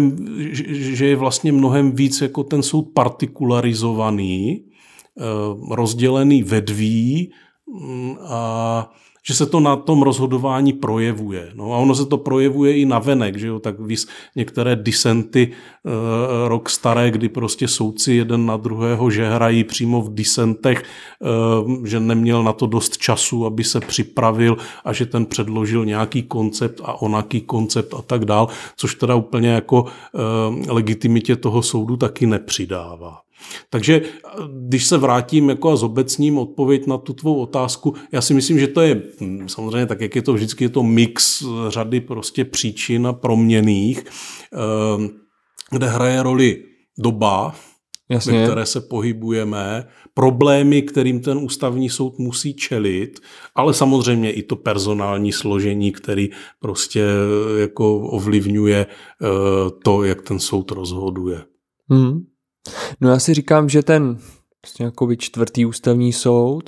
že je vlastně mnohem víc jako ten soud partikularizovaný, rozdělený vedví a že se to na tom rozhodování projevuje. No a ono se to projevuje i navenek, že jo, tak víš některé disenty rok staré, kdy prostě soudci jeden na druhého žehrají přímo v disentech, že neměl na to dost času, aby se připravil a že ten předložil nějaký koncept a onaký koncept a tak dál, což teda úplně jako legitimitě toho soudu taky nepřidává. Takže když se vrátím jako a zobecním odpověď na tu tvou otázku, já si myslím, že to je samozřejmě tak, jak je to vždycky, je to mix řady prostě příčin a proměnných, kde hraje roli doba, Jasně. ve které se pohybujeme, problémy, kterým ten ústavní soud musí čelit, ale samozřejmě i to personální složení, který prostě jako ovlivňuje to, jak ten soud rozhoduje. No já si říkám, že ten vlastně jakoby 4. ústavní soud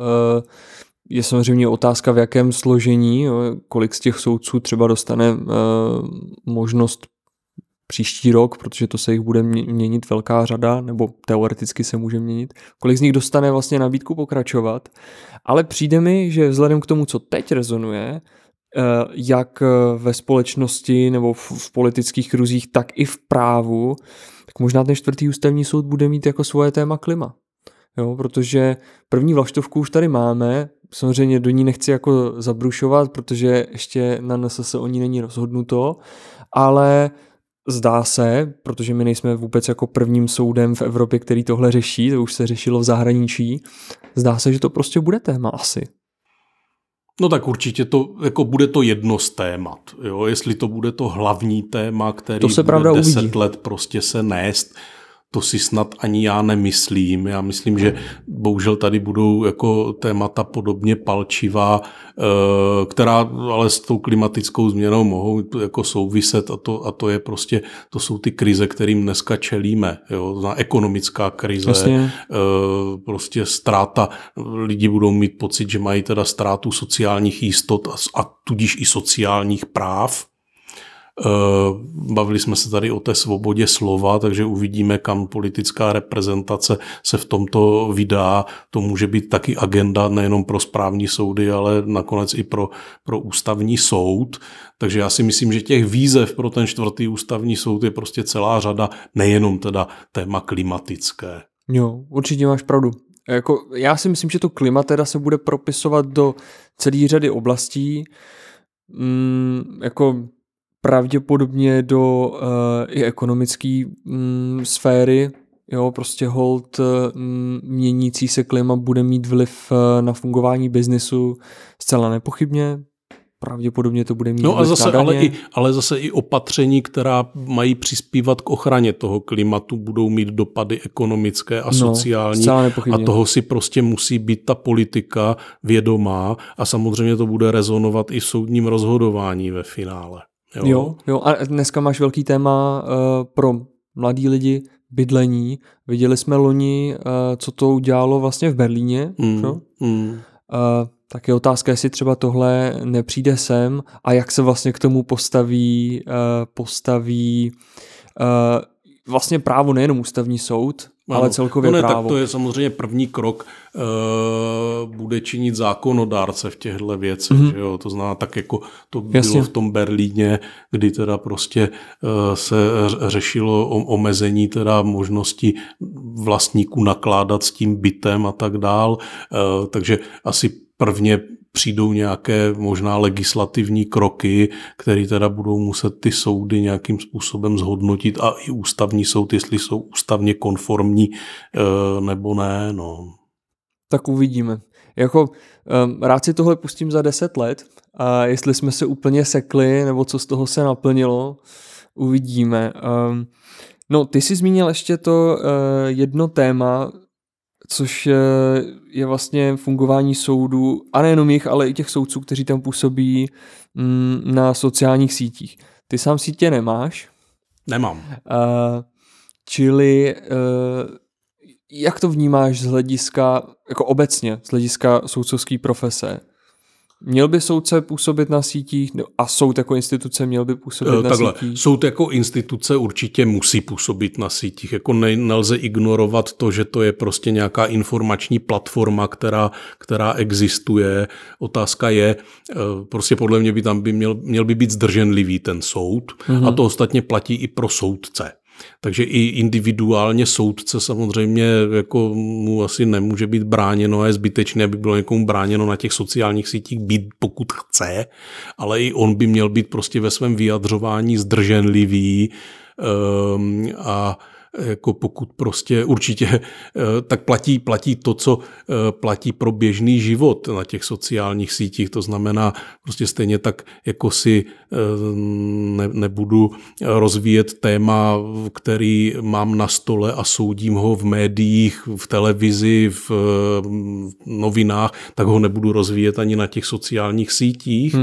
je samozřejmě otázka, v jakém složení, jo, kolik z těch soudců třeba dostane možnost příští rok, protože to se jich bude měnit velká řada, nebo teoreticky se může měnit, kolik z nich dostane vlastně nabídku pokračovat, ale přijde mi, že vzhledem k tomu, co teď rezonuje, jak ve společnosti nebo v politických kruzích, tak i v právu, tak možná ten 4. ústavní soud bude mít jako svoje téma klima. Jo, protože první vlaštovku už tady máme, samozřejmě do ní nechci jako zabrušovat, protože ještě na NSS o ní není rozhodnuto, ale zdá se, protože my nejsme vůbec jako prvním soudem v Evropě, který tohle řeší, to už se řešilo v zahraničí, zdá se, že to prostě bude téma asi. No tak určitě to, jako bude to jedno z témat. Jo? Jestli to bude to hlavní téma, který to se bude 10 uvidí. let prostě se nést, to si snad ani já nemyslím. Já myslím, že bohužel tady budou jako témata podobně palčivá, která ale s tou klimatickou změnou mohou jako souviset a to je prostě, to jsou ty krize, kterým dneska čelíme. Jo? Ekonomická krize, prostě ztráta, lidi budou mít pocit, že mají teda ztrátu sociálních jistot a tudíž i sociálních práv. Bavili jsme se tady o té svobodě slova, takže uvidíme, kam politická reprezentace se v tomto vydá. To může být taky agenda nejenom pro správní soudy, ale nakonec i pro ústavní soud. Takže já si myslím, že těch výzev pro ten 4. ústavní soud je prostě celá řada, nejenom teda téma klimatické. Jo, určitě máš pravdu. Jako, já si myslím, že to klima teda se bude propisovat do celé řady oblastí, jako pravděpodobně do i ekonomické sféry. Jo, prostě hold měnící se klima bude mít vliv na fungování biznesu zcela nepochybně. Pravděpodobně to bude mít no a vliv zase, na daně. ale zase i opatření, která mají přispívat k ochraně toho klimatu, budou mít dopady ekonomické a sociální. A toho si prostě musí být ta politika vědomá a samozřejmě to bude rezonovat i v soudním rozhodování ve finále. Jo, a dneska máš velký téma pro mladý lidi, bydlení. Viděli jsme loni, co to udělalo vlastně v Berlíně. Tak je otázka, jestli třeba tohle nepřijde sem a jak se vlastně k tomu postaví vlastně právo, nejenom ústavní soud, ale celkově právo. Tak to je samozřejmě první krok, bude činit zákonodárce v těchto věcech. Že jo? To znamená tak, jako to bylo v tom Berlíně, kdy teda prostě se řešilo omezení teda možnosti vlastníků nakládat s tím bytem a tak dál. Takže asi prvně přijdou nějaké možná legislativní kroky, které teda budou muset ty soudy nějakým způsobem zhodnotit a i ústavní soud, jestli jsou ústavně konformní nebo ne. No. Tak uvidíme. Jako, rád si tohle pustím za 10 let a jestli jsme se úplně sekli, nebo co z toho se naplnilo, uvidíme. No, ty jsi zmínil ještě to jedno téma, což je vlastně fungování soudů, a nejenom jich, ale i těch soudců, kteří tam působí na sociálních sítích. Ty sám sítě nemáš? Nemám. Čili jak to vnímáš z hlediska, jako obecně, z hlediska soudcovské profese? Měl by soudce působit na sítích a soud jako instituce měl by působit na sítích? Soud jako instituce určitě musí působit na sítích. Jako nelze ignorovat to, že to je prostě nějaká informační platforma, která existuje. Otázka je, prostě podle mě by tam měl by být zdrženlivý ten soud a to ostatně platí i pro soudce. Takže i individuálně soudce samozřejmě jako mu asi nemůže být bráněno a je zbytečné, aby bylo někomu bráněno na těch sociálních sítích být, pokud chce, ale i on by měl být prostě ve svém vyjadřování zdrženlivý a jako pokud prostě určitě tak platí to, co platí pro běžný život na těch sociálních sítích. To znamená prostě stejně tak, jako si nebudu rozvíjet téma, který mám na stole a soudím ho v médiích, v televizi, v novinách, tak ho nebudu rozvíjet ani na těch sociálních sítích.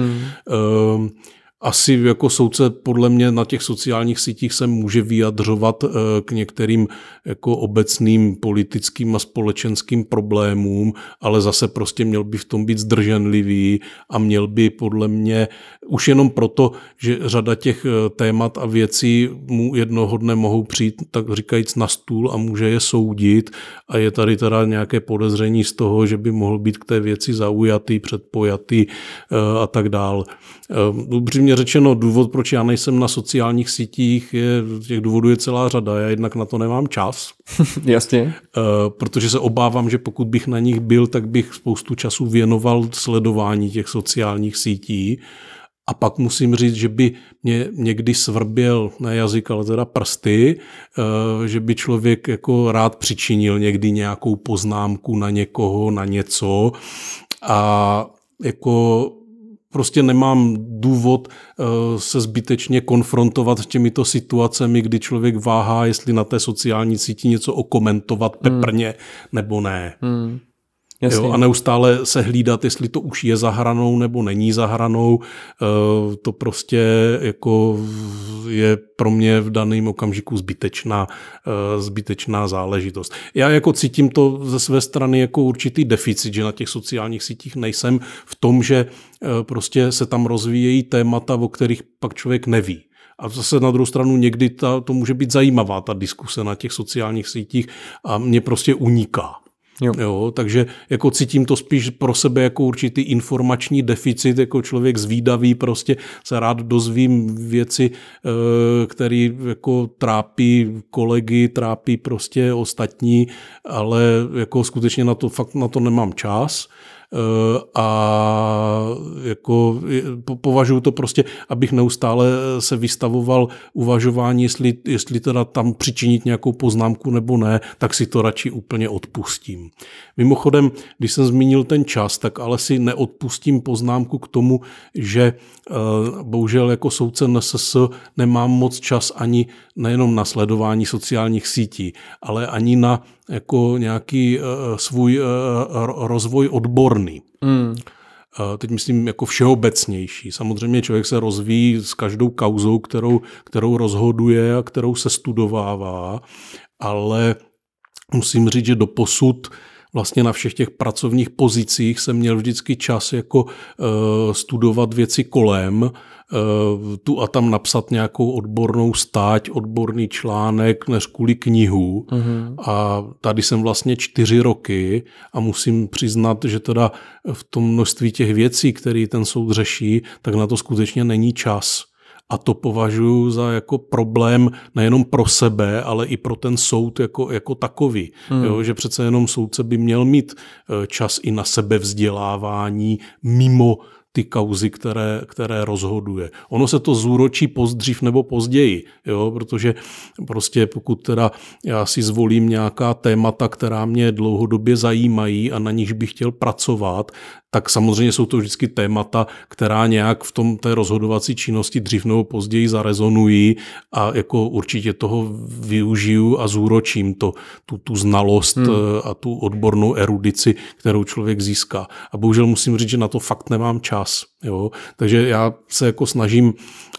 Asi jako soudce podle mě na těch sociálních sítích se může vyjadřovat k některým jako obecným politickým a společenským problémům, ale zase prostě měl by v tom být zdrženlivý a měl by podle mě už jenom proto, že řada těch témat a věcí mu jednoho dne mohou přijít, tak říkajíc, na stůl a může je soudit a je tady teda nějaké podezření z toho, že by mohl být k té věci zaujatý, předpojatý a tak dál. Upřímně řečeno, důvod, proč já nejsem na sociálních sítích, těch důvodů je celá řada. Já jednak na to nemám čas. Jasně. Protože se obávám, že pokud bych na nich byl, tak bych spoustu času věnoval sledování těch sociálních sítí. A pak musím říct, že by mě někdy svrběl na jazyk, ale teda prsty, že by člověk jako rád přičinil někdy nějakou poznámku na někoho, na něco a jako prostě nemám důvod se zbytečně konfrontovat s těmito situacemi, kdy člověk váhá, jestli na té sociální síti něco okomentovat peprně nebo ne. Jo, a neustále se hlídat, jestli to už je za hranou nebo není za hranou, to prostě jako je pro mě v daném okamžiku zbytečná záležitost. Já jako cítím to ze své strany jako určitý deficit, že na těch sociálních sítích nejsem v tom, že prostě se tam rozvíjejí témata, o kterých pak člověk neví. A zase na druhou stranu někdy to může být zajímavá ta diskuse na těch sociálních sítích a mě prostě uniká. Jo, takže jako cítím to spíš pro sebe jako určitý informační deficit, jako člověk zvídavý, prostě se rád dozvím věci, které jako trápí kolegy, trápí prostě ostatní, ale jako skutečně fakt na to nemám čas. A jako považuji to prostě, abych neustále se vystavoval uvažování, jestli teda tam přičinit nějakou poznámku nebo ne, tak si to radši úplně odpustím. Mimochodem, když jsem zmínil ten čas, tak ale si neodpustím poznámku k tomu, že bohužel jako soudce NSS nemám moc čas ani nejenom na sledování sociálních sítí, ale ani na jako nějaký svůj rozvoj odborný. Teď myslím jako všeobecnější. Samozřejmě člověk se rozvíjí s každou kauzou, kterou rozhoduje a kterou se studovává, ale musím říct, že doposud vlastně na všech těch pracovních pozicích jsem měl vždycky čas jako studovat věci kolem, tu a tam napsat nějakou odbornou stáť, odborný článek, než kvůli knihu. A tady jsem vlastně 4 roky a musím přiznat, že teda v tom množství těch věcí, které ten soud řeší, tak na to skutečně není čas. A to považuji za jako problém nejenom pro sebe, ale i pro ten soud jako takový. Jo, že přece jenom soudce by měl mít čas i na sebevzdělávání mimo ty kauzy, které rozhoduje. Ono se to zúročí pozdřív nebo později, jo, protože prostě pokud teda já si zvolím nějaká témata, která mě dlouhodobě zajímají a na nich bych chtěl pracovat, tak samozřejmě jsou to vždycky témata, která nějak v tom té rozhodovací činnosti dřív nebo později zarezonují a jako určitě toho využiju a zúročím tu znalost a tu odbornou erudici, kterou člověk získá. A bohužel musím říct, že na to fakt nemám čas. Jo? Takže já se jako snažím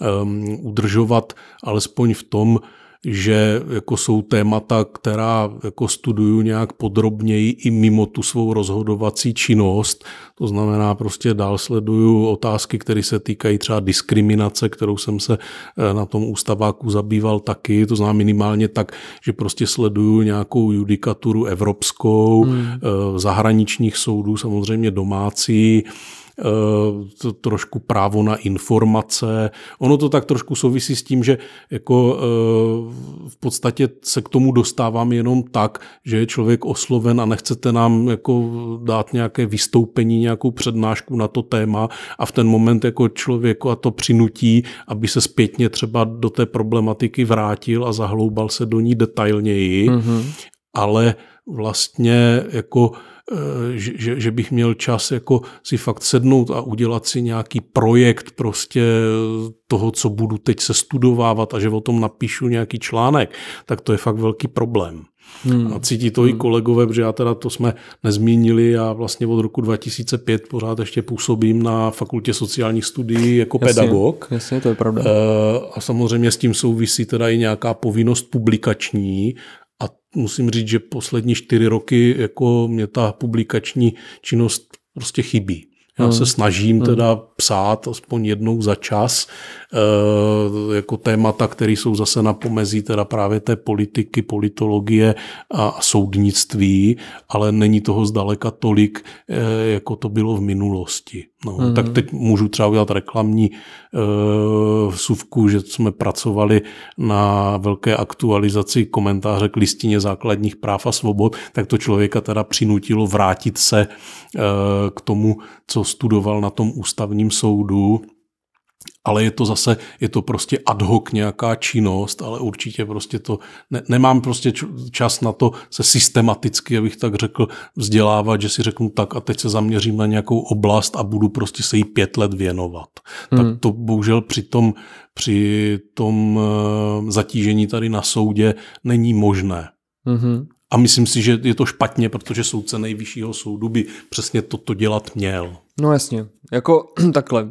udržovat alespoň v tom, že jako jsou témata, která jako studuju nějak podrobněji i mimo tu svou rozhodovací činnost. To znamená prostě dál sleduju otázky, které se týkají třeba diskriminace, kterou jsem se na tom ústaváku zabýval taky. To znamená minimálně tak, že prostě sleduju nějakou judikaturu evropskou, zahraničních soudů, samozřejmě domácí. trošku právo na informace. Ono to tak trošku souvisí s tím, že jako v podstatě se k tomu dostávám jenom tak, že je člověk osloven a nechcete nám jako dát nějaké vystoupení, nějakou přednášku na to téma a v ten moment jako člověku a to přinutí, aby se zpětně třeba do té problematiky vrátil a zahloubal se do ní detailněji, ale vlastně jako že bych měl čas jako si fakt sednout a udělat si nějaký projekt prostě toho, co budu teď se studovávat a že o tom napíšu nějaký článek, tak to je fakt velký problém. A cítí to i kolegové, protože já teda to jsme nezmínili, já vlastně od roku 2005 pořád ještě působím na Fakultě sociálních studií jako pedagog. Jasně, to je pravda. A samozřejmě s tím souvisí teda i nějaká povinnost publikační. A musím říct, že poslední 4 roky jako mě ta publikační činnost prostě chybí. Já se snažím teda psát aspoň jednou za čas jako témata, které jsou zase na pomezí teda právě té politiky, politologie a soudnictví, ale není toho zdaleka tolik, jako to bylo v minulosti. No, tak teď můžu třeba udělat reklamní vsuvku, že jsme pracovali na velké aktualizaci komentáře k listině základních práv a svobod, tak to člověka teda přinutilo vrátit se k tomu, co studoval na tom ústavním soudu, ale je to prostě ad hoc nějaká činnost, ale určitě prostě to, nemám prostě čas na to se systematicky, abych tak řekl, vzdělávat, že si řeknu tak a teď se zaměřím na nějakou oblast a budu prostě se jí 5 let věnovat. Tak to bohužel při tom zatížení tady na soudě není možné. A myslím si, že je to špatně, protože soudce nejvyššího soudu by přesně toto dělat měl. No jasně, jako takhle.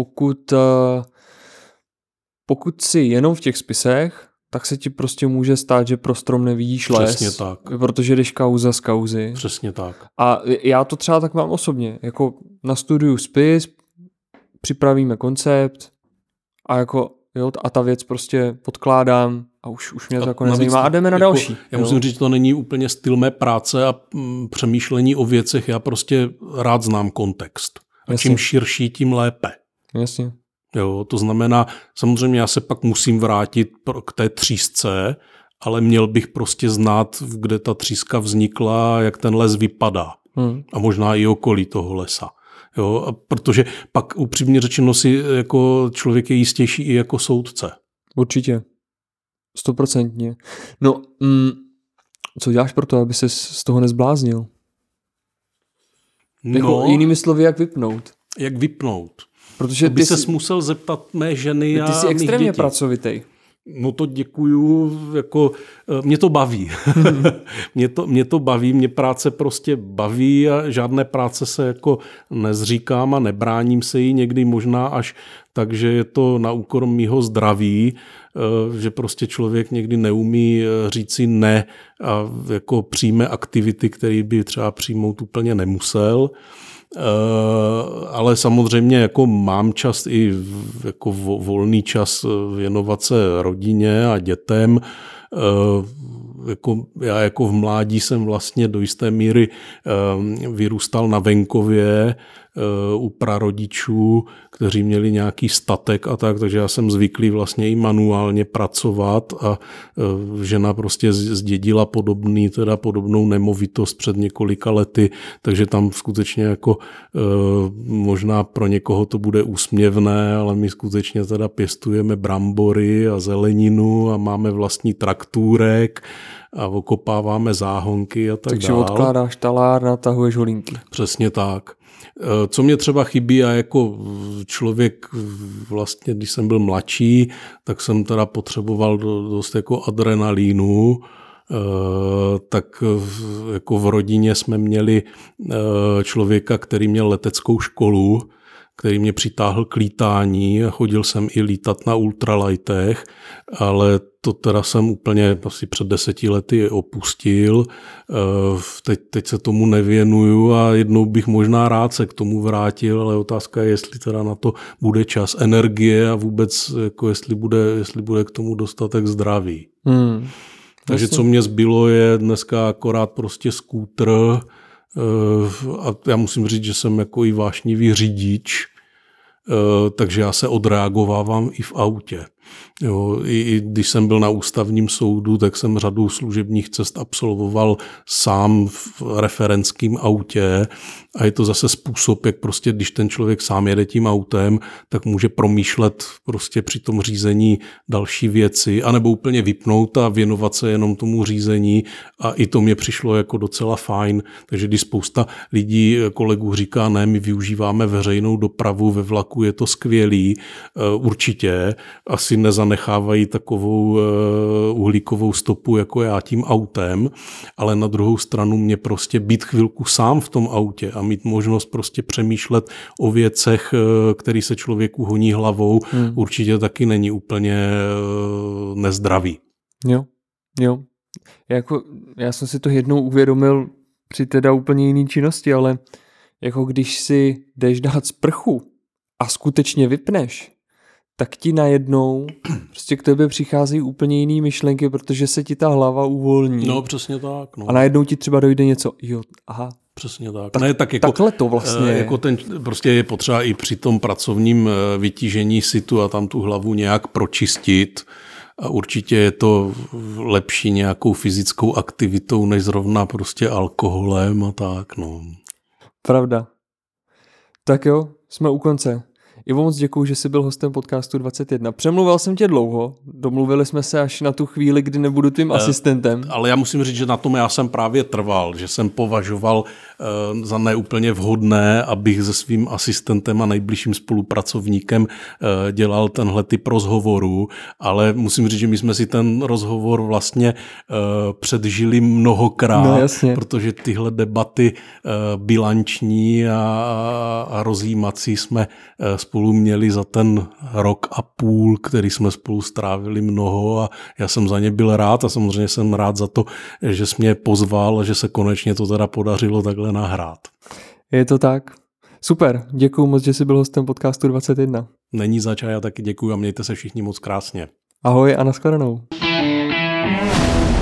Pokud jsi jenom v těch spisech, tak se ti prostě může stát, že pro strom nevidíš les. Přesně tak. Protože jdeš kauza z kauzy. Přesně tak. A já to třeba tak mám osobně. Jako nastuduju spis, připravíme koncept a jako jo, a ta věc prostě podkládám a už mě to jako nezajímá a jdeme na další. Já musím říct, že to není úplně styl mé práce a přemýšlení o věcech. Já prostě rád znám kontext. A čím širší, tím lépe. Jasně. Jo, to znamená, samozřejmě já se pak musím vrátit k té třísce, ale měl bych prostě znát, kde ta tříska vznikla, jak ten les vypadá. A možná i okolí toho lesa. Jo, a protože pak upřímně řečeno si jako člověk je jistější i jako soudce. Určitě. 100%. No, co děláš pro to, aby ses z toho nezbláznil? No, jako jinými slovy, jak vypnout? Jak vypnout? Protože by ses musel zeptat mé ženy a ty jsi extrémně dětí. Pracovitý. No to děkuju, jako mě to baví. mě to baví, mě práce prostě baví a žádné práce se jako nezříkám a nebráním se jí, někdy možná až tak, že je to na úkor mýho zdraví, že prostě člověk někdy neumí říci ne a jako přijme aktivity, které by třeba přijmout úplně nemusel. Ale samozřejmě jako mám čas i jako volný čas věnovat se rodině a dětem. Já jako v mládí jsem vlastně do jisté míry vyrůstal na venkově u prarodičů, kteří měli nějaký statek a tak, takže já jsem zvyklý vlastně i manuálně pracovat a žena prostě zdědila podobnou nemovitost před několika lety, takže tam skutečně jako možná pro někoho to bude úsměvné, ale my skutečně teda pěstujeme brambory a zeleninu a máme vlastní traktůrek a okopáváme záhonky a tak Takže dál. odkládáš talár, natahuješ holínky. Přesně tak. Co mě třeba chybí a jako člověk vlastně, když jsem byl mladší, tak jsem teda potřeboval dost jako adrenalínu, tak jako v rodině jsme měli člověka, který měl leteckou školu, který mě přitáhl k lítání a chodil jsem i lítat na ultralightech, ale to teda jsem úplně asi před 10 lety opustil. Teď se tomu nevěnuju a jednou bych možná rád se k tomu vrátil, ale otázka je, jestli teda na to bude čas, energie a vůbec jako jestli bude k tomu dostatek zdraví. Takže co mě zbylo je dneska akorát prostě skútr, A já musím říct, že jsem jako i vášnivý řidič, takže já se odreagovávám i v autě. Jo, i když jsem byl na ústavním soudu, tak jsem řadu služebních cest absolvoval sám v referentském autě a je to zase způsob, jak prostě, když ten člověk sám jede tím autem, tak může promýšlet prostě při tom řízení další věci, anebo úplně vypnout a věnovat se jenom tomu řízení a i to mě přišlo jako docela fajn, takže když spousta lidí, kolegů říká, ne, my využíváme veřejnou dopravu, ve vlaku je to skvělý, určitě, asi nezanechávají takovou uhlíkovou stopu jako já tím autem, ale na druhou stranu mě prostě být chvilku sám v tom autě a mít možnost prostě přemýšlet o věcech, které se člověku honí hlavou, určitě taky není úplně nezdravý. Jo. Já jsem si to jednou uvědomil při teda úplně jiný činnosti, ale jako když si jdeš dát sprchu a skutečně vypneš, tak ti najednou prostě k tebe přicházejí úplně jiný myšlenky, protože se ti ta hlava uvolní. No, přesně tak. No. A najednou ti třeba dojde něco, aha. Přesně tak. Ne, tak jako, takhle to vlastně je. Jako prostě je potřeba i při tom pracovním vytížení situ a tam tu hlavu nějak pročistit. A určitě je to lepší nějakou fyzickou aktivitou, než zrovna prostě alkoholem a tak. No. Pravda. Tak jo, jsme u konce. Ivo, moc děkuju, že jsi byl hostem podcastu 21. Přemluval jsem tě dlouho, domluvili jsme se až na tu chvíli, kdy nebudu tvým asistentem. Ale já musím říct, že na tom já jsem právě trval, že jsem považoval za neúplně vhodné, abych se svým asistentem a nejbližším spolupracovníkem dělal tenhle typ rozhovoru, ale musím říct, že my jsme si ten rozhovor vlastně předžili mnohokrát, protože tyhle debaty bilanční a rozjímací jsme spolu měli za ten rok a půl, který jsme spolu strávili mnoho a já jsem za ně byl rád a samozřejmě jsem rád za to, že jsi mě pozval a že se konečně to teda podařilo takhle nahrát. Je to tak. Super, děkuju moc, že jsi byl hostem podcastu 21. Není zač a já taky děkuju a mějte se všichni moc krásně. Ahoj a nashledanou.